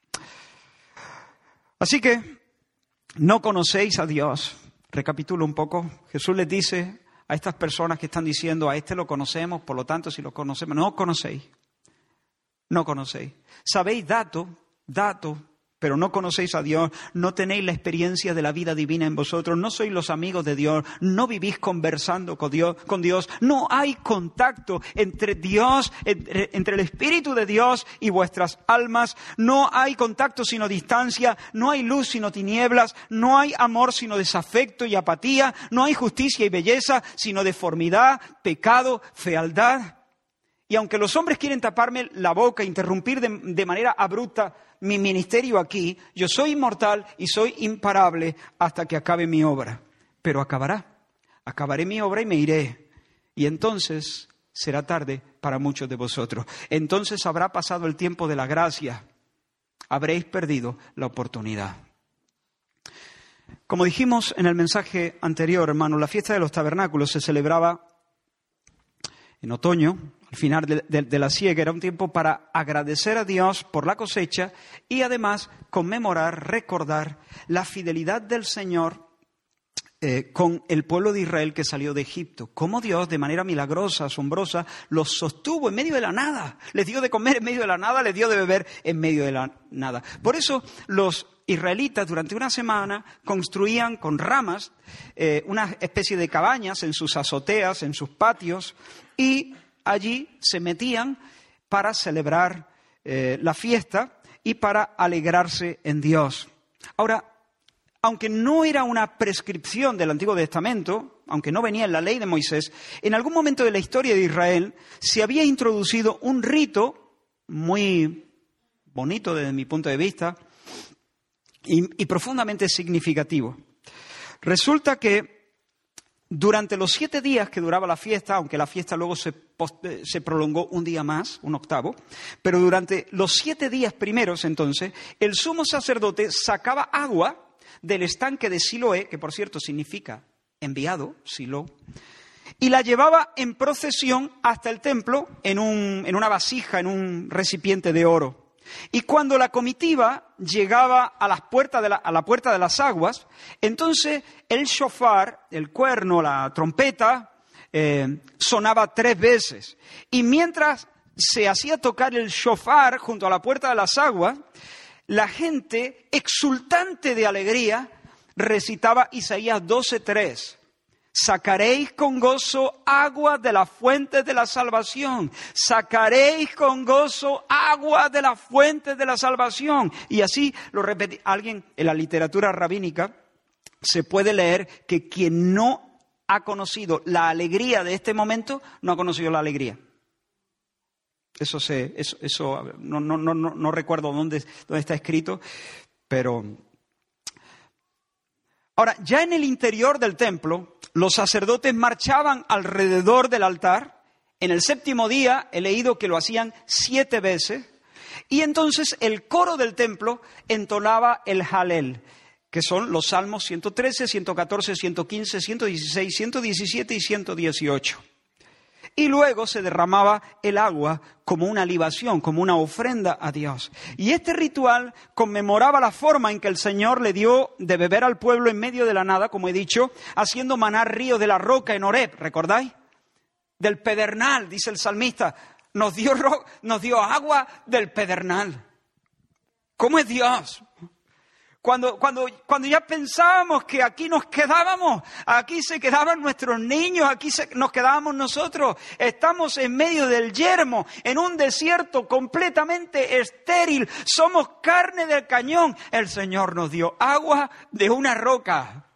Así que, no conocéis a Dios. Recapitulo un poco. Jesús les dice a estas personas que están diciendo: a este lo conocemos, por lo tanto, si lo conocemos. No conocéis. No conocéis. Sabéis datos, pero no conocéis a Dios, no tenéis la experiencia de la vida divina en vosotros, no sois los amigos de Dios, no vivís conversando con Dios, no hay contacto entre Dios, entre el Espíritu de Dios y vuestras almas, no hay contacto sino distancia, no hay luz sino tinieblas, no hay amor sino desafecto y apatía, no hay justicia y belleza sino deformidad, pecado, fealdad. Y aunque los hombres quieren taparme la boca, interrumpir de manera abrupta mi ministerio aquí, yo soy inmortal y soy imparable hasta que acabe mi obra. Pero acabaré mi obra y me iré. Y entonces será tarde para muchos de vosotros. Entonces habrá pasado el tiempo de la gracia. Habréis perdido la oportunidad. Como dijimos en el mensaje anterior, hermanos, la fiesta de los tabernáculos se celebraba en otoño, al final de la siega. Era un tiempo para agradecer a Dios por la cosecha y además conmemorar, recordar la fidelidad del Señor con el pueblo de Israel que salió de Egipto. Cómo Dios, de manera milagrosa, asombrosa, los sostuvo en medio de la nada. Les dio de comer en medio de la nada, les dio de beber en medio de la nada. Por eso los israelitas durante una semana construían con ramas una especie de cabañas en sus azoteas, en sus patios, y allí se metían para celebrar la fiesta y para alegrarse en Dios. Ahora, aunque no era una prescripción del Antiguo Testamento, aunque no venía en la ley de Moisés, en algún momento de la historia de Israel se había introducido un rito muy bonito desde mi punto de vista y profundamente significativo. Resulta que durante los 7 días que duraba la fiesta, aunque la fiesta luego se prolongó un día más, un octavo, pero durante los 7 días primeros, entonces, el sumo sacerdote sacaba agua del estanque de Siloé, que por cierto significa enviado, Silo, y la llevaba en procesión hasta el templo en una vasija, en un recipiente de oro. Y cuando la comitiva llegaba a la puerta de las aguas, entonces el shofar, el cuerno, la trompeta, sonaba 3 veces. Y mientras se hacía tocar el shofar junto a la puerta de las aguas, la gente, exultante de alegría, recitaba Isaías 12:3. Sacaréis con gozo agua de la fuente de la salvación. Sacaréis con gozo agua de la fuente de la salvación. Y así lo repetí. Alguien en la literatura rabínica se puede leer que quien no ha conocido la alegría de este momento, no ha conocido la alegría. Eso no recuerdo dónde está escrito, pero... Ahora, ya en el interior del templo, los sacerdotes marchaban alrededor del altar. En el 7º día he leído que lo hacían 7 veces. Y entonces el coro del templo entonaba el Halel, que son los salmos 113, 114, 115, 116, 117 y 118. Y luego se derramaba el agua como una libación, como una ofrenda a Dios. Y este ritual conmemoraba la forma en que el Señor le dio de beber al pueblo en medio de la nada, como he dicho, haciendo manar ríos de la roca en Horeb, ¿recordáis? Del pedernal, dice el salmista, nos dio agua del pedernal. ¿Cómo es Dios? Cuando ya pensábamos que aquí nos quedábamos, aquí se quedaban nuestros niños, nos quedábamos nosotros. Estamos en medio del yermo, en un desierto completamente estéril. Somos carne del cañón. El Señor nos dio agua de una roca.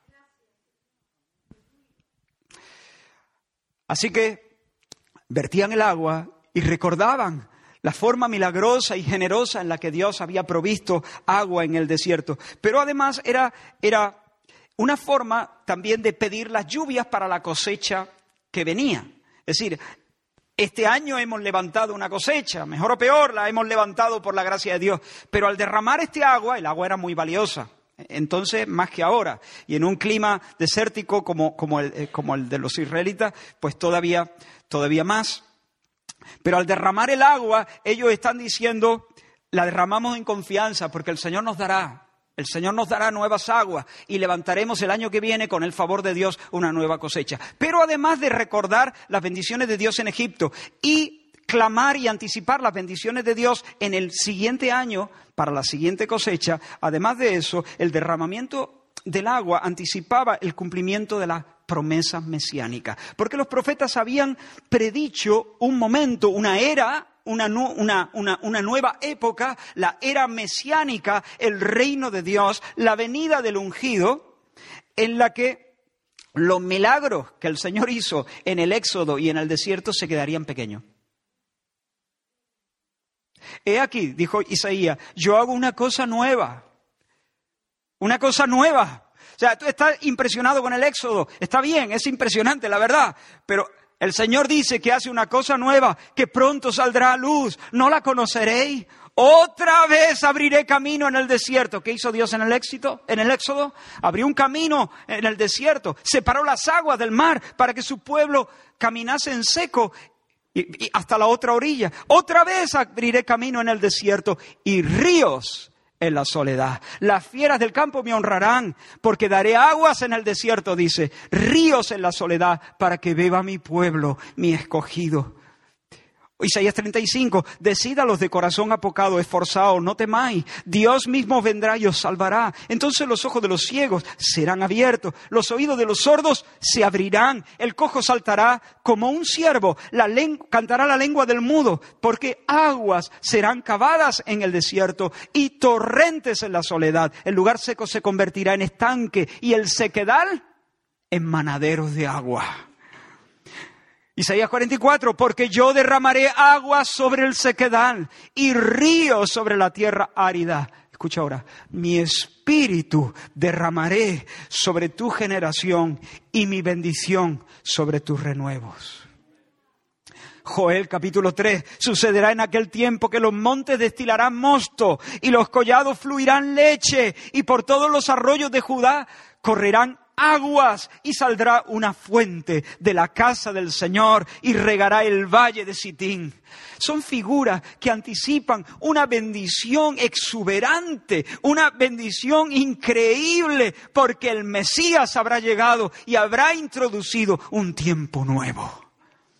Así que vertían el agua y recordaban la forma milagrosa y generosa en la que Dios había provisto agua en el desierto. Pero además era una forma también de pedir las lluvias para la cosecha que venía. Es decir, este año hemos levantado una cosecha, mejor o peor, la hemos levantado por la gracia de Dios. Pero al derramar este agua, el agua era muy valiosa. Entonces, más que ahora. Y en un clima desértico como el de los israelitas, pues todavía más. Pero al derramar el agua, ellos están diciendo, la derramamos en confianza porque el Señor nos dará nuevas aguas y levantaremos el año que viene con el favor de Dios una nueva cosecha. Pero además de recordar las bendiciones de Dios en Egipto y clamar y anticipar las bendiciones de Dios en el siguiente año para la siguiente cosecha, además de eso, el derramamiento del agua anticipaba el cumplimiento de las promesas mesiánicas. Porque los profetas habían predicho un momento, una era, una nueva época, la era mesiánica, el reino de Dios, la venida del ungido, en la que los milagros que el Señor hizo en el Éxodo y en el desierto se quedarían pequeños. He aquí, dijo Isaías, yo hago una cosa nueva. Una cosa nueva. O sea, tú estás impresionado con el Éxodo. Está bien, es impresionante, la verdad. Pero el Señor dice que hace una cosa nueva, que pronto saldrá a luz. ¿No la conoceréis? Otra vez abriré camino en el desierto. ¿Qué hizo Dios en el Éxodo? Abrió un camino en el desierto. Separó las aguas del mar para que su pueblo caminase en seco y hasta la otra orilla. Otra vez abriré camino en el desierto y ríos en la soledad. Las fieras del campo me honrarán, porque daré aguas en el desierto, dice, ríos en la soledad, para que beba mi pueblo, mi escogido. Isaías 35, decid a los de corazón apocado, esforzaos, no temáis, Dios mismo vendrá y os salvará. Entonces los ojos de los ciegos serán abiertos, los oídos de los sordos se abrirán, el cojo saltará como un ciervo, cantará la lengua del mudo, porque aguas serán cavadas en el desierto y torrentes en la soledad. El lugar seco se convertirá en estanque y el sequedal en manaderos de agua. Isaías 44, porque yo derramaré agua sobre el sequedal y ríos sobre la tierra árida. Escucha ahora, mi espíritu derramaré sobre tu generación y mi bendición sobre tus renuevos. Joel capítulo 3, sucederá en aquel tiempo que los montes destilarán mosto y los collados fluirán leche y por todos los arroyos de Judá correrán aguas y saldrá una fuente de la casa del Señor y regará el valle de Sitín. Son figuras que anticipan una bendición exuberante, una bendición increíble, porque el Mesías habrá llegado y habrá introducido un tiempo nuevo.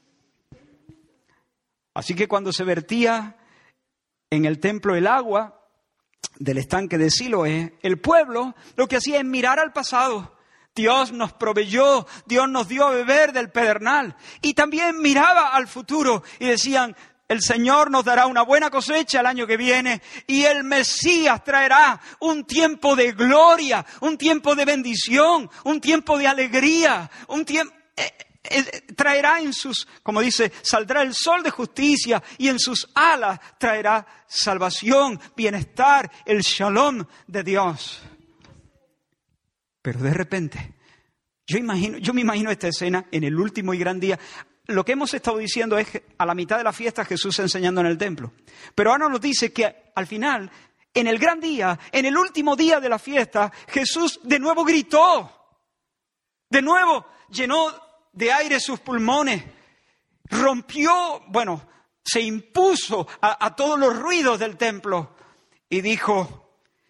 Así que cuando se vertía en el templo el agua del estanque de Siloé, el pueblo lo que hacía es mirar al pasado. Dios nos proveyó, Dios nos dio a beber del pedernal. Y también miraba al futuro y decían, el Señor nos dará una buena cosecha el año que viene y el Mesías traerá un tiempo de gloria, un tiempo de bendición, un tiempo de alegría, un tiempo... traerá en sus, como dice, saldrá el sol de justicia y en sus alas traerá salvación, bienestar, el shalom de Dios. Pero de repente, yo me imagino esta escena en el último y gran día. Lo que hemos estado diciendo es que a la mitad de la fiesta Jesús enseñando en el templo. Pero ahora nos dice que al final, en el gran día, en el último día de la fiesta, Jesús de nuevo gritó. De nuevo llenó de aire sus pulmones. Rompió, se impuso a todos los ruidos del templo. Y dijo,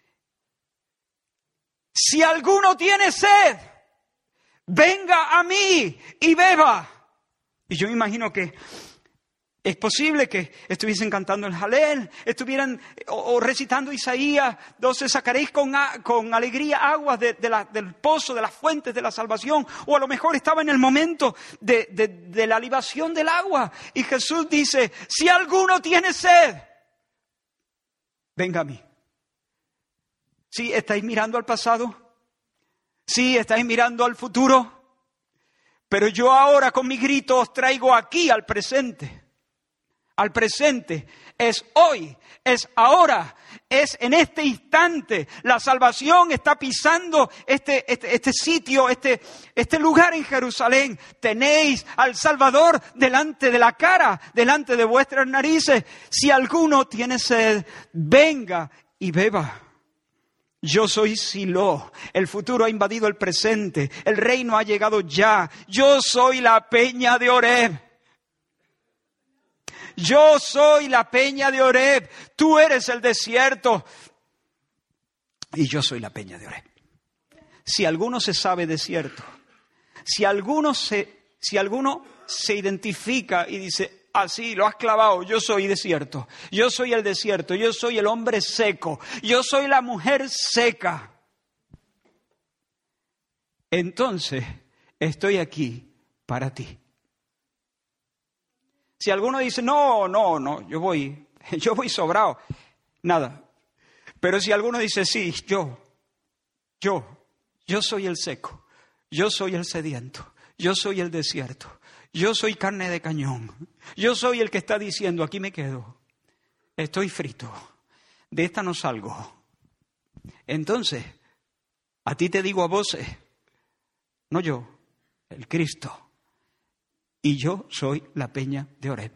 si alguno tiene sed, venga a mí y beba. Y yo me imagino que es posible que estuviesen cantando el Jalel, estuvieran o recitando Isaías 12, sacaréis con alegría aguas del pozo, de las fuentes de la salvación. O a lo mejor estaba en el momento de la libación del agua. Y Jesús dice, si alguno tiene sed, venga a mí. ¿Sí estáis mirando al pasado? ¿Sí estáis mirando al futuro? Pero yo ahora con mi grito os traigo aquí al presente. Al presente. Es hoy, es ahora, es en este instante. La salvación está pisando este sitio, este lugar en Jerusalén. Tenéis al Salvador delante de la cara, delante de vuestras narices. Si alguno tiene sed, venga y beba. Yo soy Silo, el futuro ha invadido el presente, el reino ha llegado ya. Yo soy la peña de Oreb. Yo soy la peña de Oreb, tú eres el desierto y yo soy la peña de Oreb. Si alguno se sabe desierto, si alguno se identifica y dice, así, lo has clavado, yo soy desierto, yo soy el desierto, yo soy el hombre seco, yo soy la mujer seca. Entonces, estoy aquí para ti. Si alguno dice, no, yo voy sobrado, nada. Pero si alguno dice, sí, yo soy el seco, yo soy el sediento, yo soy el desierto. Yo soy carne de cañón. Yo soy el que está diciendo, aquí me quedo. Estoy frito. De esta no salgo. Entonces, a ti te digo a voces, no yo, el Cristo. Y yo soy la peña de Oreb.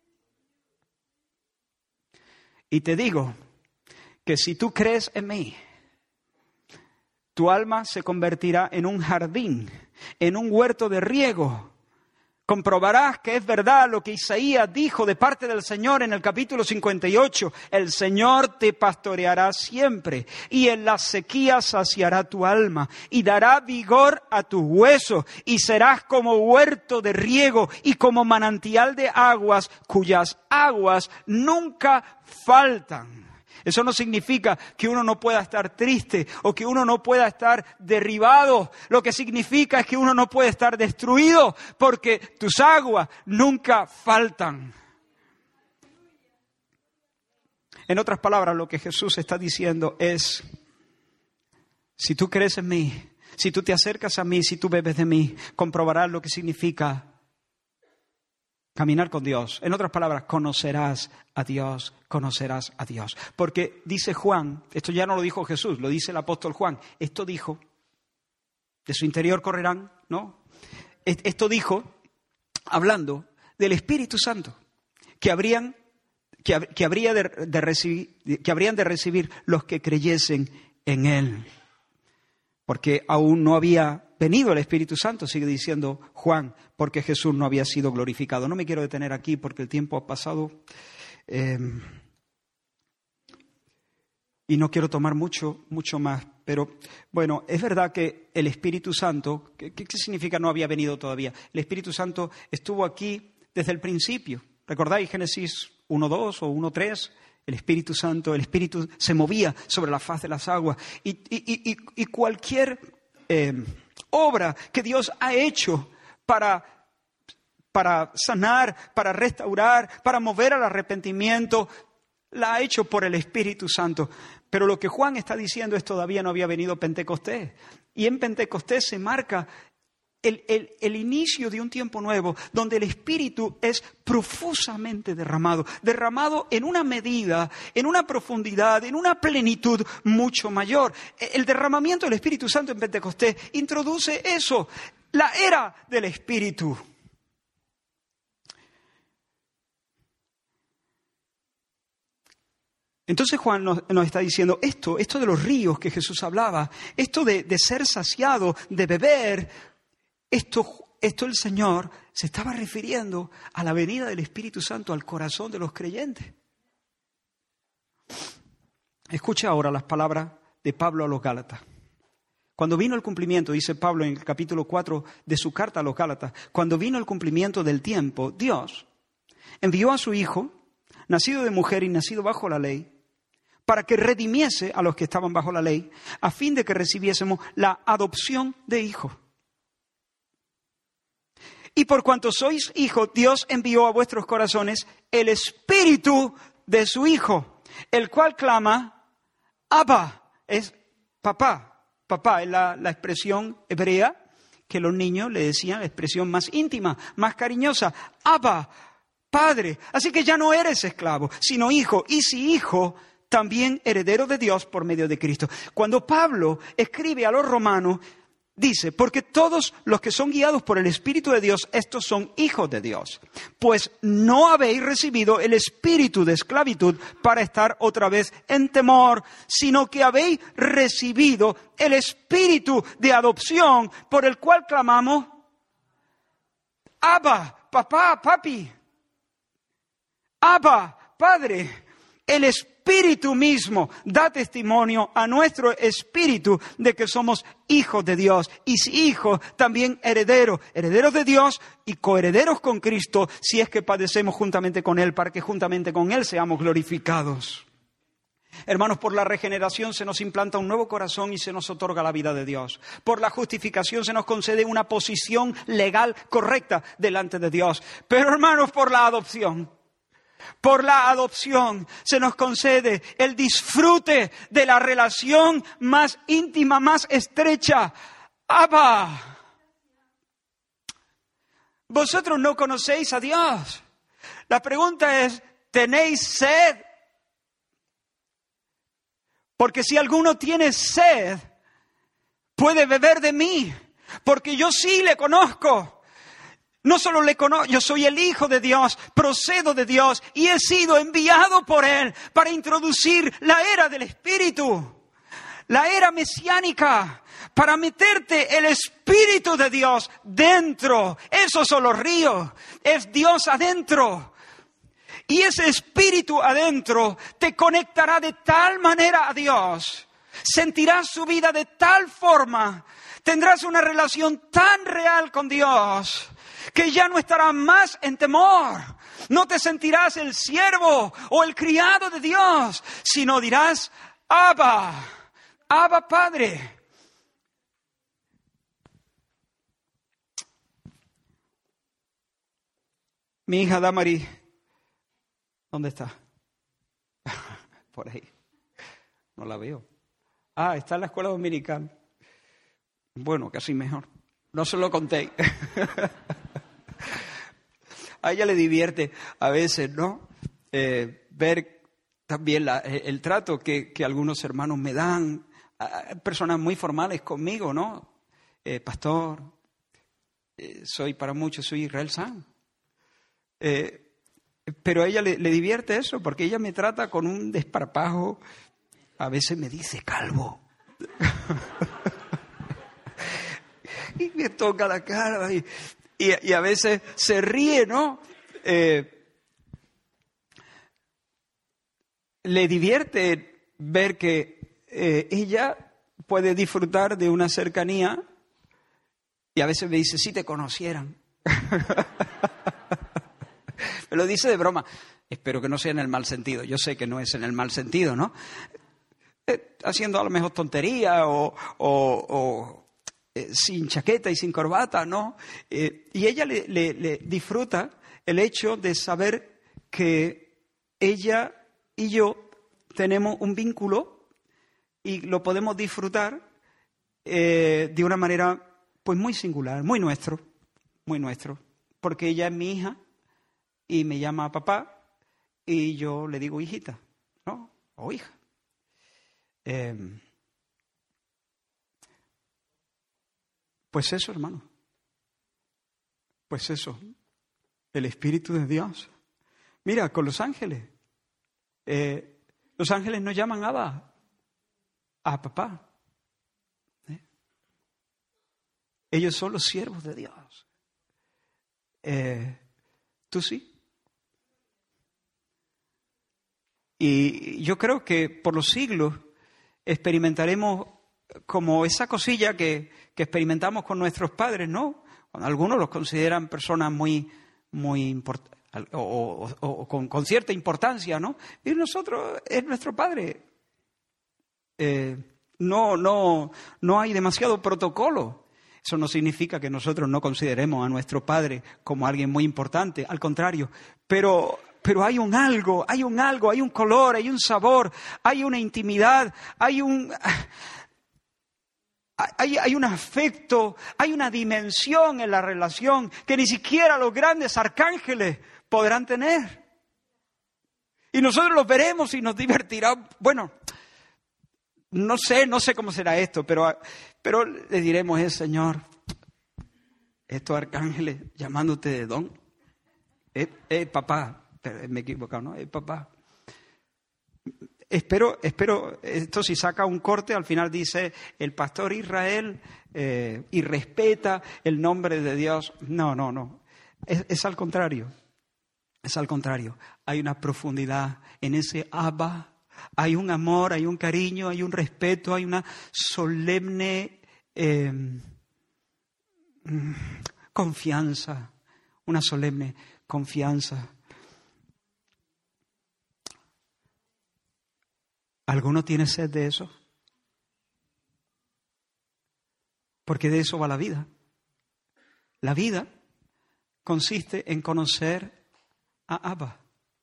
Y te digo que si tú crees en mí, tu alma se convertirá en un jardín, en un huerto de riego. Comprobarás que es verdad lo que Isaías dijo de parte del Señor en el capítulo 58. El Señor te pastoreará siempre y en la sequía saciará tu alma y dará vigor a tus huesos y serás como huerto de riego y como manantial de aguas cuyas aguas nunca faltan. Eso no significa que uno no pueda estar triste o que uno no pueda estar derribado. Lo que significa es que uno no puede estar destruido porque tus aguas nunca faltan. En otras palabras, lo que Jesús está diciendo es, si tú crees en mí, Si tú te acercas a mí, si tú bebes de mí, comprobarás lo que significa caminar con Dios. En otras palabras, conocerás a Dios, conocerás a Dios. Porque dice Juan, esto ya no lo dijo Jesús, lo dice el apóstol Juan, esto dijo, de su interior correrán, ¿no? Esto dijo, hablando del Espíritu Santo, que habrían de recibir los que creyesen en Él. Porque aún no había venido el Espíritu Santo, sigue diciendo Juan, porque Jesús no había sido glorificado. No me quiero detener aquí porque el tiempo ha pasado y no quiero tomar mucho más. Pero bueno, es verdad que el Espíritu Santo, ¿qué significa no había venido todavía? El Espíritu Santo estuvo aquí desde el principio. ¿Recordáis Génesis 1:2 o 1:3? El Espíritu Santo, el Espíritu se movía sobre la faz de las aguas. Y cualquier obra que Dios ha hecho para sanar, para restaurar, para mover al arrepentimiento, la ha hecho por el Espíritu Santo. Pero lo que Juan está diciendo es todavía no había venido Pentecostés. Y en Pentecostés se marca el inicio de un tiempo nuevo, donde el Espíritu es profusamente derramado en una medida, en una profundidad, en una plenitud mucho mayor. El derramamiento del Espíritu Santo en Pentecostés introduce eso, la era del Espíritu. Entonces Juan nos está diciendo esto de los ríos que Jesús hablaba, esto de ser saciado, de beber. Esto el Señor se estaba refiriendo a la venida del Espíritu Santo al corazón de los creyentes. Escucha ahora las palabras de Pablo a los Gálatas. Cuando vino el cumplimiento, dice Pablo en el capítulo 4 de su carta a los Gálatas, cuando vino el cumplimiento del tiempo, Dios envió a su Hijo, nacido de mujer y nacido bajo la ley, para que redimiese a los que estaban bajo la ley, a fin de que recibiésemos la adopción de hijos. Y por cuanto sois hijos, Dios envió a vuestros corazones el Espíritu de su Hijo, el cual clama, Abba, es papá. Papá es la expresión hebrea que los niños le decían, la expresión más íntima, más cariñosa. Abba, Padre. Así que ya no eres esclavo, sino hijo. Y si hijo, también heredero de Dios por medio de Cristo. Cuando Pablo escribe a los romanos, dice, porque todos los que son guiados por el Espíritu de Dios, estos son hijos de Dios. Pues no habéis recibido el espíritu de esclavitud para estar otra vez en temor, sino que habéis recibido el espíritu de adopción por el cual clamamos, Abba, papá, papi. Abba, Padre. El Espíritu mismo da testimonio a nuestro espíritu de que somos hijos de Dios. Y si hijos, también herederos de Dios y coherederos con Cristo, si es que padecemos juntamente con Él, para que juntamente con Él seamos glorificados. Hermanos, por la regeneración se nos implanta un nuevo corazón y se nos otorga la vida de Dios. Por la justificación se nos concede una posición legal correcta delante de Dios. Pero hermanos, por la adopción se nos concede el disfrute de la relación más íntima, más estrecha. Abba. Vosotros no conocéis a Dios. La pregunta es, ¿tenéis sed? Porque si alguno tiene sed, puede beber de mí, porque yo sí le conozco. No solo le conozco, yo soy el Hijo de Dios, procedo de Dios y he sido enviado por Él para introducir la era del Espíritu, la era mesiánica, para meterte el Espíritu de Dios dentro. Esos son los ríos, es Dios adentro. Y ese Espíritu adentro te conectará de tal manera a Dios, sentirás su vida de tal forma, tendrás una relación tan real con Dios, que ya no estarás más en temor. No te sentirás el siervo o el criado de Dios, sino dirás, Abba, Abba Padre. Mi hija Damari, ¿dónde está? Por ahí. No la veo. Está en la escuela dominical. Bueno, casi mejor. No se lo conté. A ella le divierte a veces, ¿no? Ver también el trato que algunos hermanos me dan, personas muy formales conmigo, ¿no? Pastor, para muchos soy Israel Sanz. Pero a ella le divierte eso, porque ella me trata con un desparpajo. A veces me dice calvo. Y me toca la cara y a veces se ríe, ¿no? Le divierte ver que ella puede disfrutar de una cercanía y a veces me dice, si te conocieran. Me lo dice de broma. Espero que no sea en el mal sentido. Yo sé que no es en el mal sentido, ¿no? Haciendo a lo mejor tontería o sin chaqueta y sin corbata, ¿no? Y ella le disfruta el hecho de saber que ella y yo tenemos un vínculo y lo podemos disfrutar de una manera pues muy singular, muy nuestro, porque ella es mi hija y me llama papá y yo le digo hijita, ¿no? O hija. Pues eso, hermano. Pues eso. El Espíritu de Dios. Mira, con los ángeles. Los ángeles nos llaman Abba, a papá. Ellos son los siervos de Dios. ¿Tú sí? Y yo creo que por los siglos experimentaremos como esa cosilla que experimentamos con nuestros padres, ¿no? Algunos los consideran personas muy importantes o con cierta importancia, ¿no? Y nosotros es nuestro padre. No hay demasiado protocolo. Eso no significa que nosotros no consideremos a nuestro padre como alguien muy importante, al contrario, pero hay un algo, hay un color, hay un sabor, hay una intimidad, hay un afecto, hay una dimensión en la relación que ni siquiera los grandes arcángeles podrán tener. Y nosotros los veremos y nos divertirá. Bueno, no sé cómo será esto, pero le diremos, Señor, estos arcángeles llamándote de don. Papá. Me he equivocado, ¿no? Papá. Espero, esto si saca un corte, al final dice, el pastor Israel y respeta el nombre de Dios. No. Es al contrario. Es al contrario. Hay una profundidad en ese Abba. Hay un amor, hay un cariño, hay un respeto, hay una solemne confianza. Una solemne confianza. ¿Alguno tiene sed de eso? Porque de eso va la vida. La vida consiste en conocer a Abba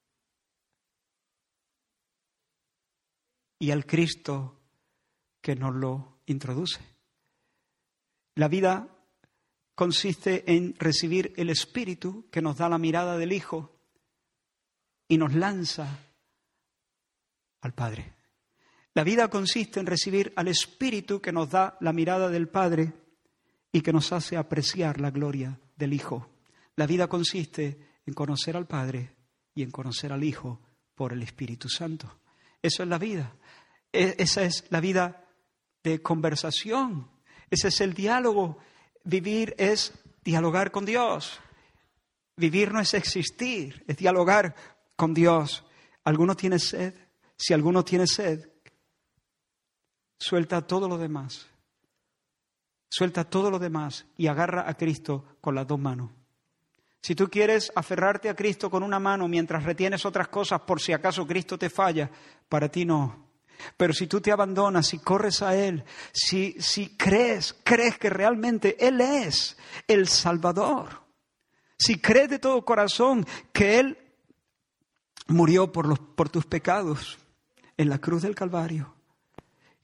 y al Cristo que nos lo introduce. La vida consiste en recibir el Espíritu que nos da la mirada del Hijo y nos lanza al Padre. La vida consiste en recibir al Espíritu que nos da la mirada del Padre y que nos hace apreciar la gloria del Hijo. La vida consiste en conocer al Padre y en conocer al Hijo por el Espíritu Santo. Eso es la vida. Esa es la vida de conversación. Ese es el diálogo. Vivir es dialogar con Dios. Vivir no es existir, es dialogar con Dios. ¿Alguno tiene sed? Si alguno tiene sed, suelta todo lo demás. Suelta todo lo demás y agarra a Cristo con las dos manos. Si tú quieres aferrarte a Cristo con una mano mientras retienes otras cosas por si acaso Cristo te falla, para ti no. Pero si tú te abandonas, si corres a Él, si crees que realmente Él es el Salvador, si crees de todo corazón que Él murió por tus pecados en la cruz del Calvario,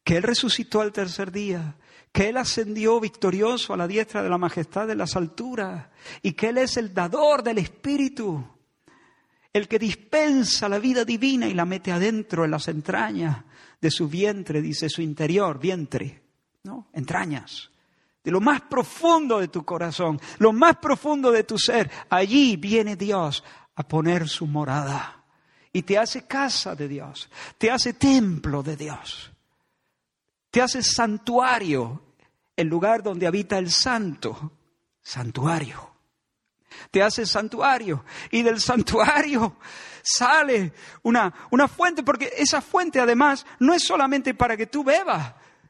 que Él resucitó al tercer día, que Él ascendió victorioso a la diestra de la majestad de las alturas y que Él es el dador del Espíritu, el que dispensa la vida divina y la mete adentro en las entrañas de su vientre, dice su interior, vientre, ¿no? Entrañas, de lo más profundo de tu corazón, lo más profundo de tu ser. Allí viene Dios a poner su morada y te hace casa de Dios, te hace templo de Dios, te hace santuario, el lugar donde habita el santo, santuario. Te hace santuario y del santuario sale una fuente, porque esa fuente además no es solamente para que tú bebas.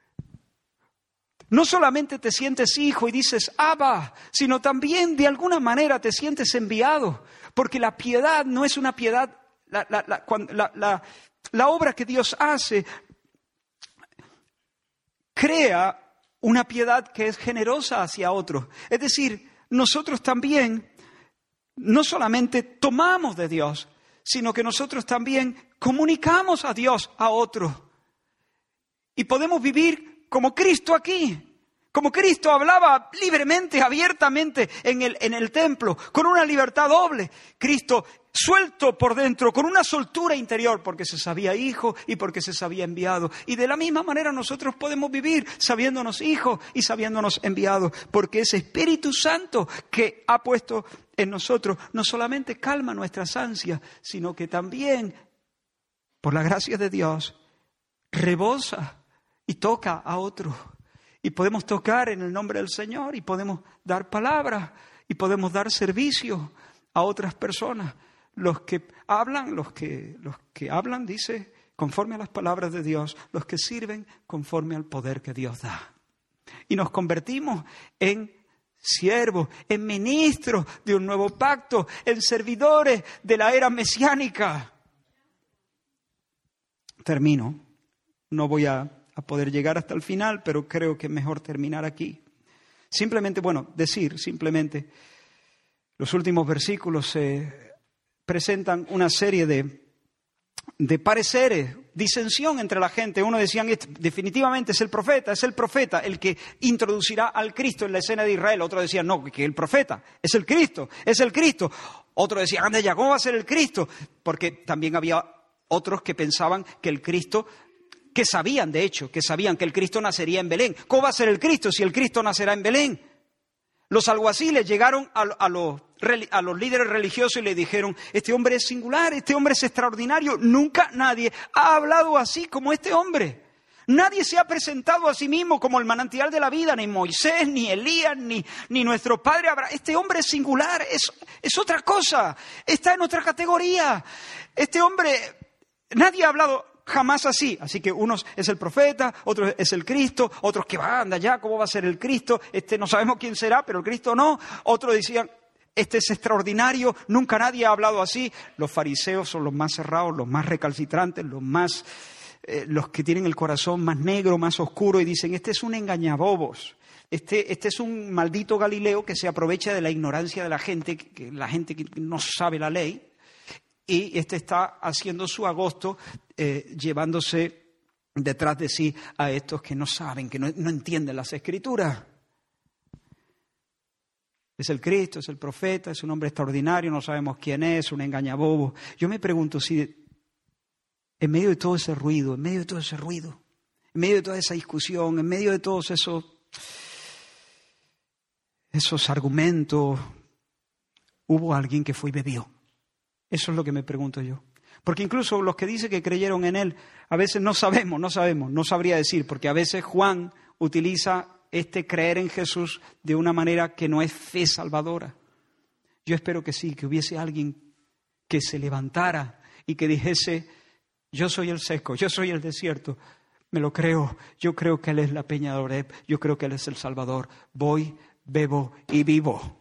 No solamente te sientes hijo y dices Abba, sino también de alguna manera te sientes enviado, porque la piedad no es una piedad, la obra que Dios hace crea una piedad que es generosa hacia otros. Es decir, nosotros también no solamente tomamos de Dios, sino que nosotros también comunicamos a Dios a otros. Y podemos vivir como Cristo aquí. Como Cristo hablaba libremente, abiertamente en el templo, con una libertad doble. Cristo suelto por dentro, con una soltura interior, porque se sabía hijo y porque se sabía enviado. Y de la misma manera nosotros podemos vivir sabiéndonos hijos y sabiéndonos enviados, porque ese Espíritu Santo que ha puesto en nosotros no solamente calma nuestras ansias, sino que también, por la gracia de Dios, rebosa y toca a otros. Y podemos tocar en el nombre del Señor y podemos dar palabras y podemos dar servicio a otras personas. Los que hablan, dice, conforme a las palabras de Dios, los que sirven conforme al poder que Dios da. Y nos convertimos en siervos, en ministros de un nuevo pacto, en servidores de la era mesiánica. Termino. No voy a poder llegar hasta el final, pero creo que es mejor terminar aquí. Simplemente, los últimos versículos presentan una serie de pareceres, disensión entre la gente. Uno decían, definitivamente es el profeta el que introducirá al Cristo en la escena de Israel. Otros decían, no, que el profeta es el Cristo. Otros decían, anda ya, ¿cómo va a ser el Cristo? Porque también había otros que pensaban que el Cristo, que sabían que el Cristo nacería en Belén. ¿Cómo va a ser el Cristo si el Cristo nacerá en Belén? Los alguaciles llegaron a los líderes religiosos y le dijeron, este hombre es singular, este hombre es extraordinario, nunca nadie ha hablado así como este hombre. Nadie se ha presentado a sí mismo como el manantial de la vida, ni Moisés, ni Elías, ni nuestro padre Abraham. Este hombre es singular, es otra cosa, está en otra categoría. Este hombre, nadie ha hablado jamás así. Así que unos es el profeta, otros es el Cristo, otros que anda ya, ¿cómo va a ser el Cristo? No sabemos quién será, pero el Cristo no. Otros decían, este es extraordinario, nunca nadie ha hablado así. Los fariseos son los más cerrados, los más recalcitrantes, los que tienen el corazón más negro, más oscuro, y dicen, este es un engañabobos. Este es un maldito Galileo que se aprovecha de la ignorancia de la gente que no sabe la ley. Y está haciendo su agosto, llevándose detrás de sí a estos que no saben, que no entienden las Escrituras. Es el Cristo, es el profeta, es un hombre extraordinario, no sabemos quién es, un engañabobo. Yo me pregunto si en medio de todo ese ruido, en medio de toda esa discusión, en medio de todos esos argumentos, hubo alguien que fue y bebió. Eso es lo que me pregunto yo. Porque incluso los que dicen que creyeron en Él, a veces no sabría decir, porque a veces Juan utiliza creer en Jesús de una manera que no es fe salvadora. Yo espero que sí, que hubiese alguien que se levantara y que dijese, yo soy el seco, yo soy el desierto, me lo creo, yo creo que Él es la peña de Oreb, yo creo que Él es el Salvador, voy, bebo y vivo.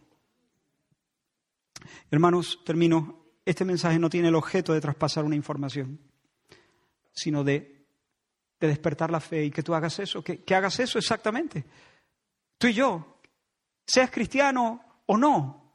Hermanos, termino. Este mensaje no tiene el objeto de traspasar una información, sino de despertar la fe y que tú hagas eso, que hagas eso exactamente. Tú y yo, seas cristiano o no,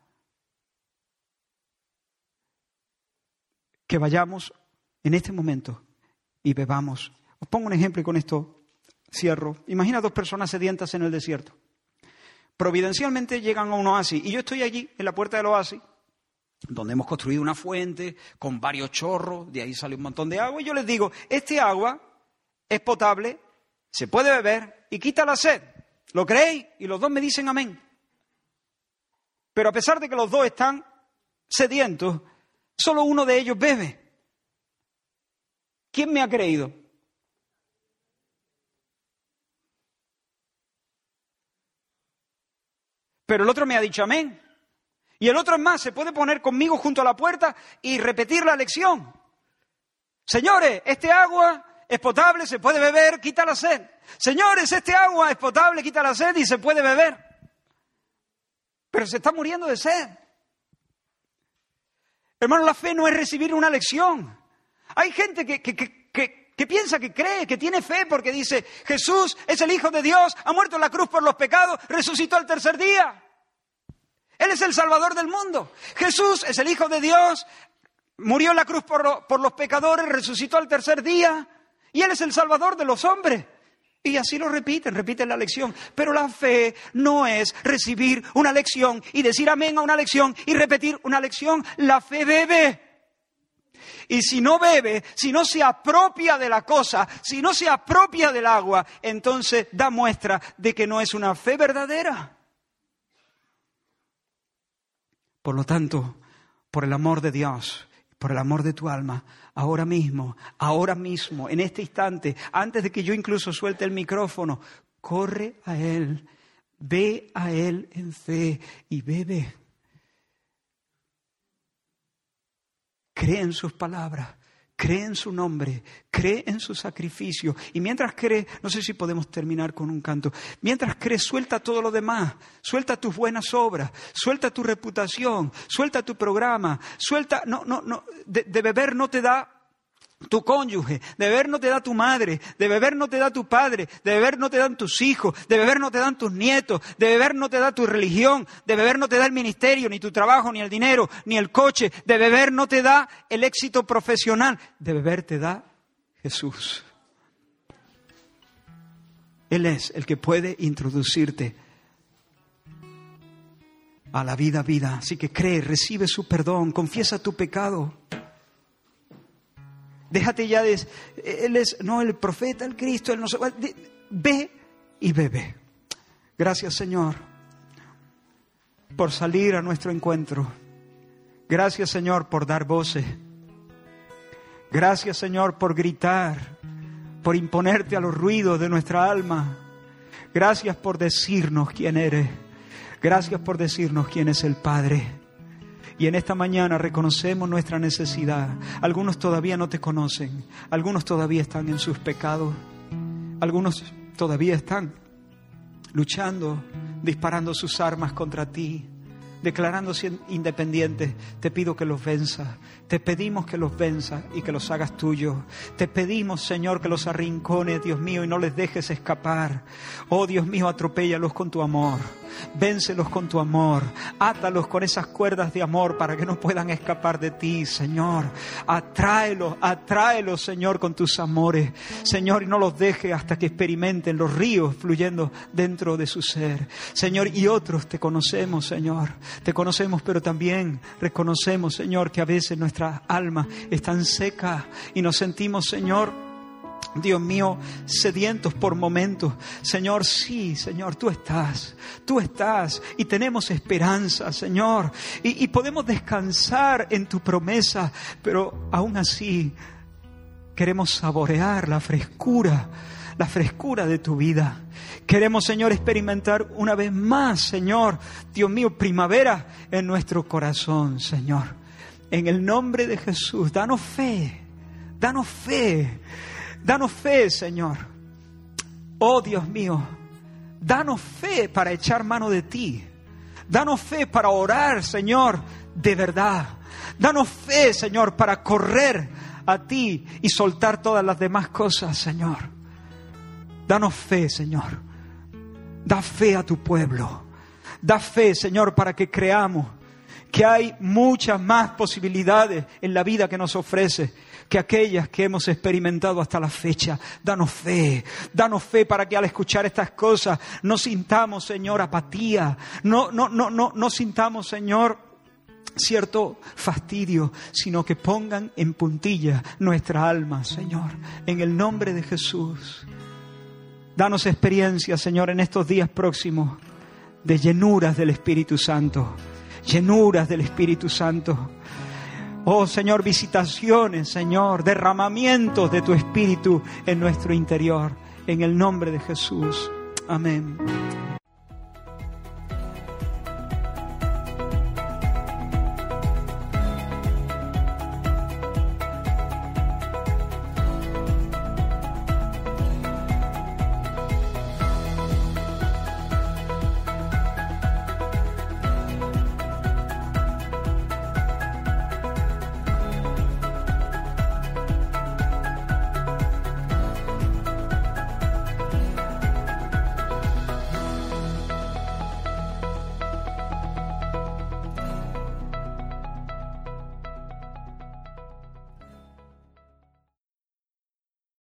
que vayamos en este momento y bebamos. Os pongo un ejemplo y con esto Cierro. Imagina 2 personas sedientas en el desierto. Providencialmente llegan a un oasis y yo estoy allí en la puerta del oasis, donde hemos construido una fuente con varios chorros, de ahí sale un montón de agua y yo les digo, este agua es potable, se puede beber y quita la sed. ¿Lo creéis? Y los 2 me dicen amén. Pero a pesar de que los 2 están sedientos, solo uno de ellos bebe. ¿Quién me ha creído? Pero el otro me ha dicho amén. Y el otro, es más, se puede poner conmigo junto a la puerta y repetir la lección. Señores, este agua es potable, se puede beber, quita la sed. Señores, este agua es potable, quita la sed y se puede beber. Pero se está muriendo de sed. Hermano, la fe no es recibir una lección. Hay gente que piensa, que cree, que tiene fe porque dice, Jesús es el Hijo de Dios, ha muerto en la cruz por los pecados, resucitó al tercer día. Él es el Salvador del mundo. Jesús es el Hijo de Dios, murió en la cruz por los pecadores, resucitó al tercer día y Él es el Salvador de los hombres. Y así lo repiten la lección. Pero la fe no es recibir una lección y decir amén a una lección y repetir una lección. La fe bebe. Y si no bebe, si no se apropia de la cosa, si no se apropia del agua, entonces da muestra de que no es una fe verdadera. Por lo tanto, por el amor de Dios, por el amor de tu alma, ahora mismo, en este instante, antes de que yo incluso suelte el micrófono, corre a Él, ve a Él en fe y bebe. Cree en sus palabras, cree en su nombre, cree en su sacrificio. Y mientras cree, no sé si podemos terminar con un canto. Mientras cree, suelta todo lo demás. Suelta tus buenas obras, suelta tu reputación, suelta tu programa, suelta. De beber no te da tu cónyuge, de beber no te da tu madre, de beber no te da tu padre, de beber no te dan tus hijos, de beber no te dan tus nietos, de beber no te da tu religión, de beber no te da el ministerio, ni tu trabajo, ni el dinero, ni el coche, de beber no te da el éxito profesional, de beber te da Jesús. Él es el que puede introducirte a la vida. Así que cree, recibe su perdón, confiesa tu pecado. Déjate ya de... Él es, no el profeta, el Cristo, Él no se va... Ve y bebe. Gracias, Señor, por salir a nuestro encuentro. Gracias, Señor, por dar voces. Gracias, Señor, por gritar, por imponerte a los ruidos de nuestra alma. Gracias por decirnos quién eres. Gracias por decirnos quién es el Padre. Y en esta mañana reconocemos nuestra necesidad. Algunos todavía no te conocen. Algunos todavía están en sus pecados. Algunos todavía están luchando, disparando sus armas contra ti, declarándose independientes. Te pido que los venzas. Te pedimos que los venzas y que los hagas tuyos. Te pedimos, Señor, que los arrincones, Dios mío, y no les dejes escapar. Oh, Dios mío, atropéllalos con tu amor. Véncelos con tu amor. Átalos con esas cuerdas de amor para que no puedan escapar de ti, Señor. Atráelos, Señor, con tus amores. Señor, y no los dejes hasta que experimenten los ríos fluyendo dentro de su ser. Señor, y otros te conocemos, Señor. Te conocemos, pero también reconocemos, Señor, que a veces nuestras almas están secas y nos sentimos, Señor, Dios mío, sedientos por momentos. Señor, sí, Señor, tú estás y tenemos esperanza, Señor, y podemos descansar en tu promesa, pero aún así queremos saborear la frescura de tu vida. Queremos, Señor, experimentar una vez más, Señor, Dios mío, primavera en nuestro corazón, Señor. En el nombre de Jesús, danos fe, Señor. Oh, Dios mío, danos fe para echar mano de ti. Danos fe para orar, Señor, de verdad. Danos fe, Señor, para correr a ti y soltar todas las demás cosas, Señor. Danos fe, Señor. Da fe a tu pueblo. Da fe, Señor, para que creamos que hay muchas más posibilidades en la vida que nos ofrece que aquellas que hemos experimentado hasta la fecha. Danos fe para que al escuchar estas cosas no sintamos, Señor, apatía, no sintamos, Señor, cierto fastidio, sino que pongan en puntilla nuestra alma, Señor, en el nombre de Jesús. Danos experiencia, Señor, en estos días próximos de llenuras del Espíritu Santo, llenuras del Espíritu Santo. Oh, Señor, visitaciones, Señor, derramamientos de tu Espíritu en nuestro interior, en el nombre de Jesús. Amén.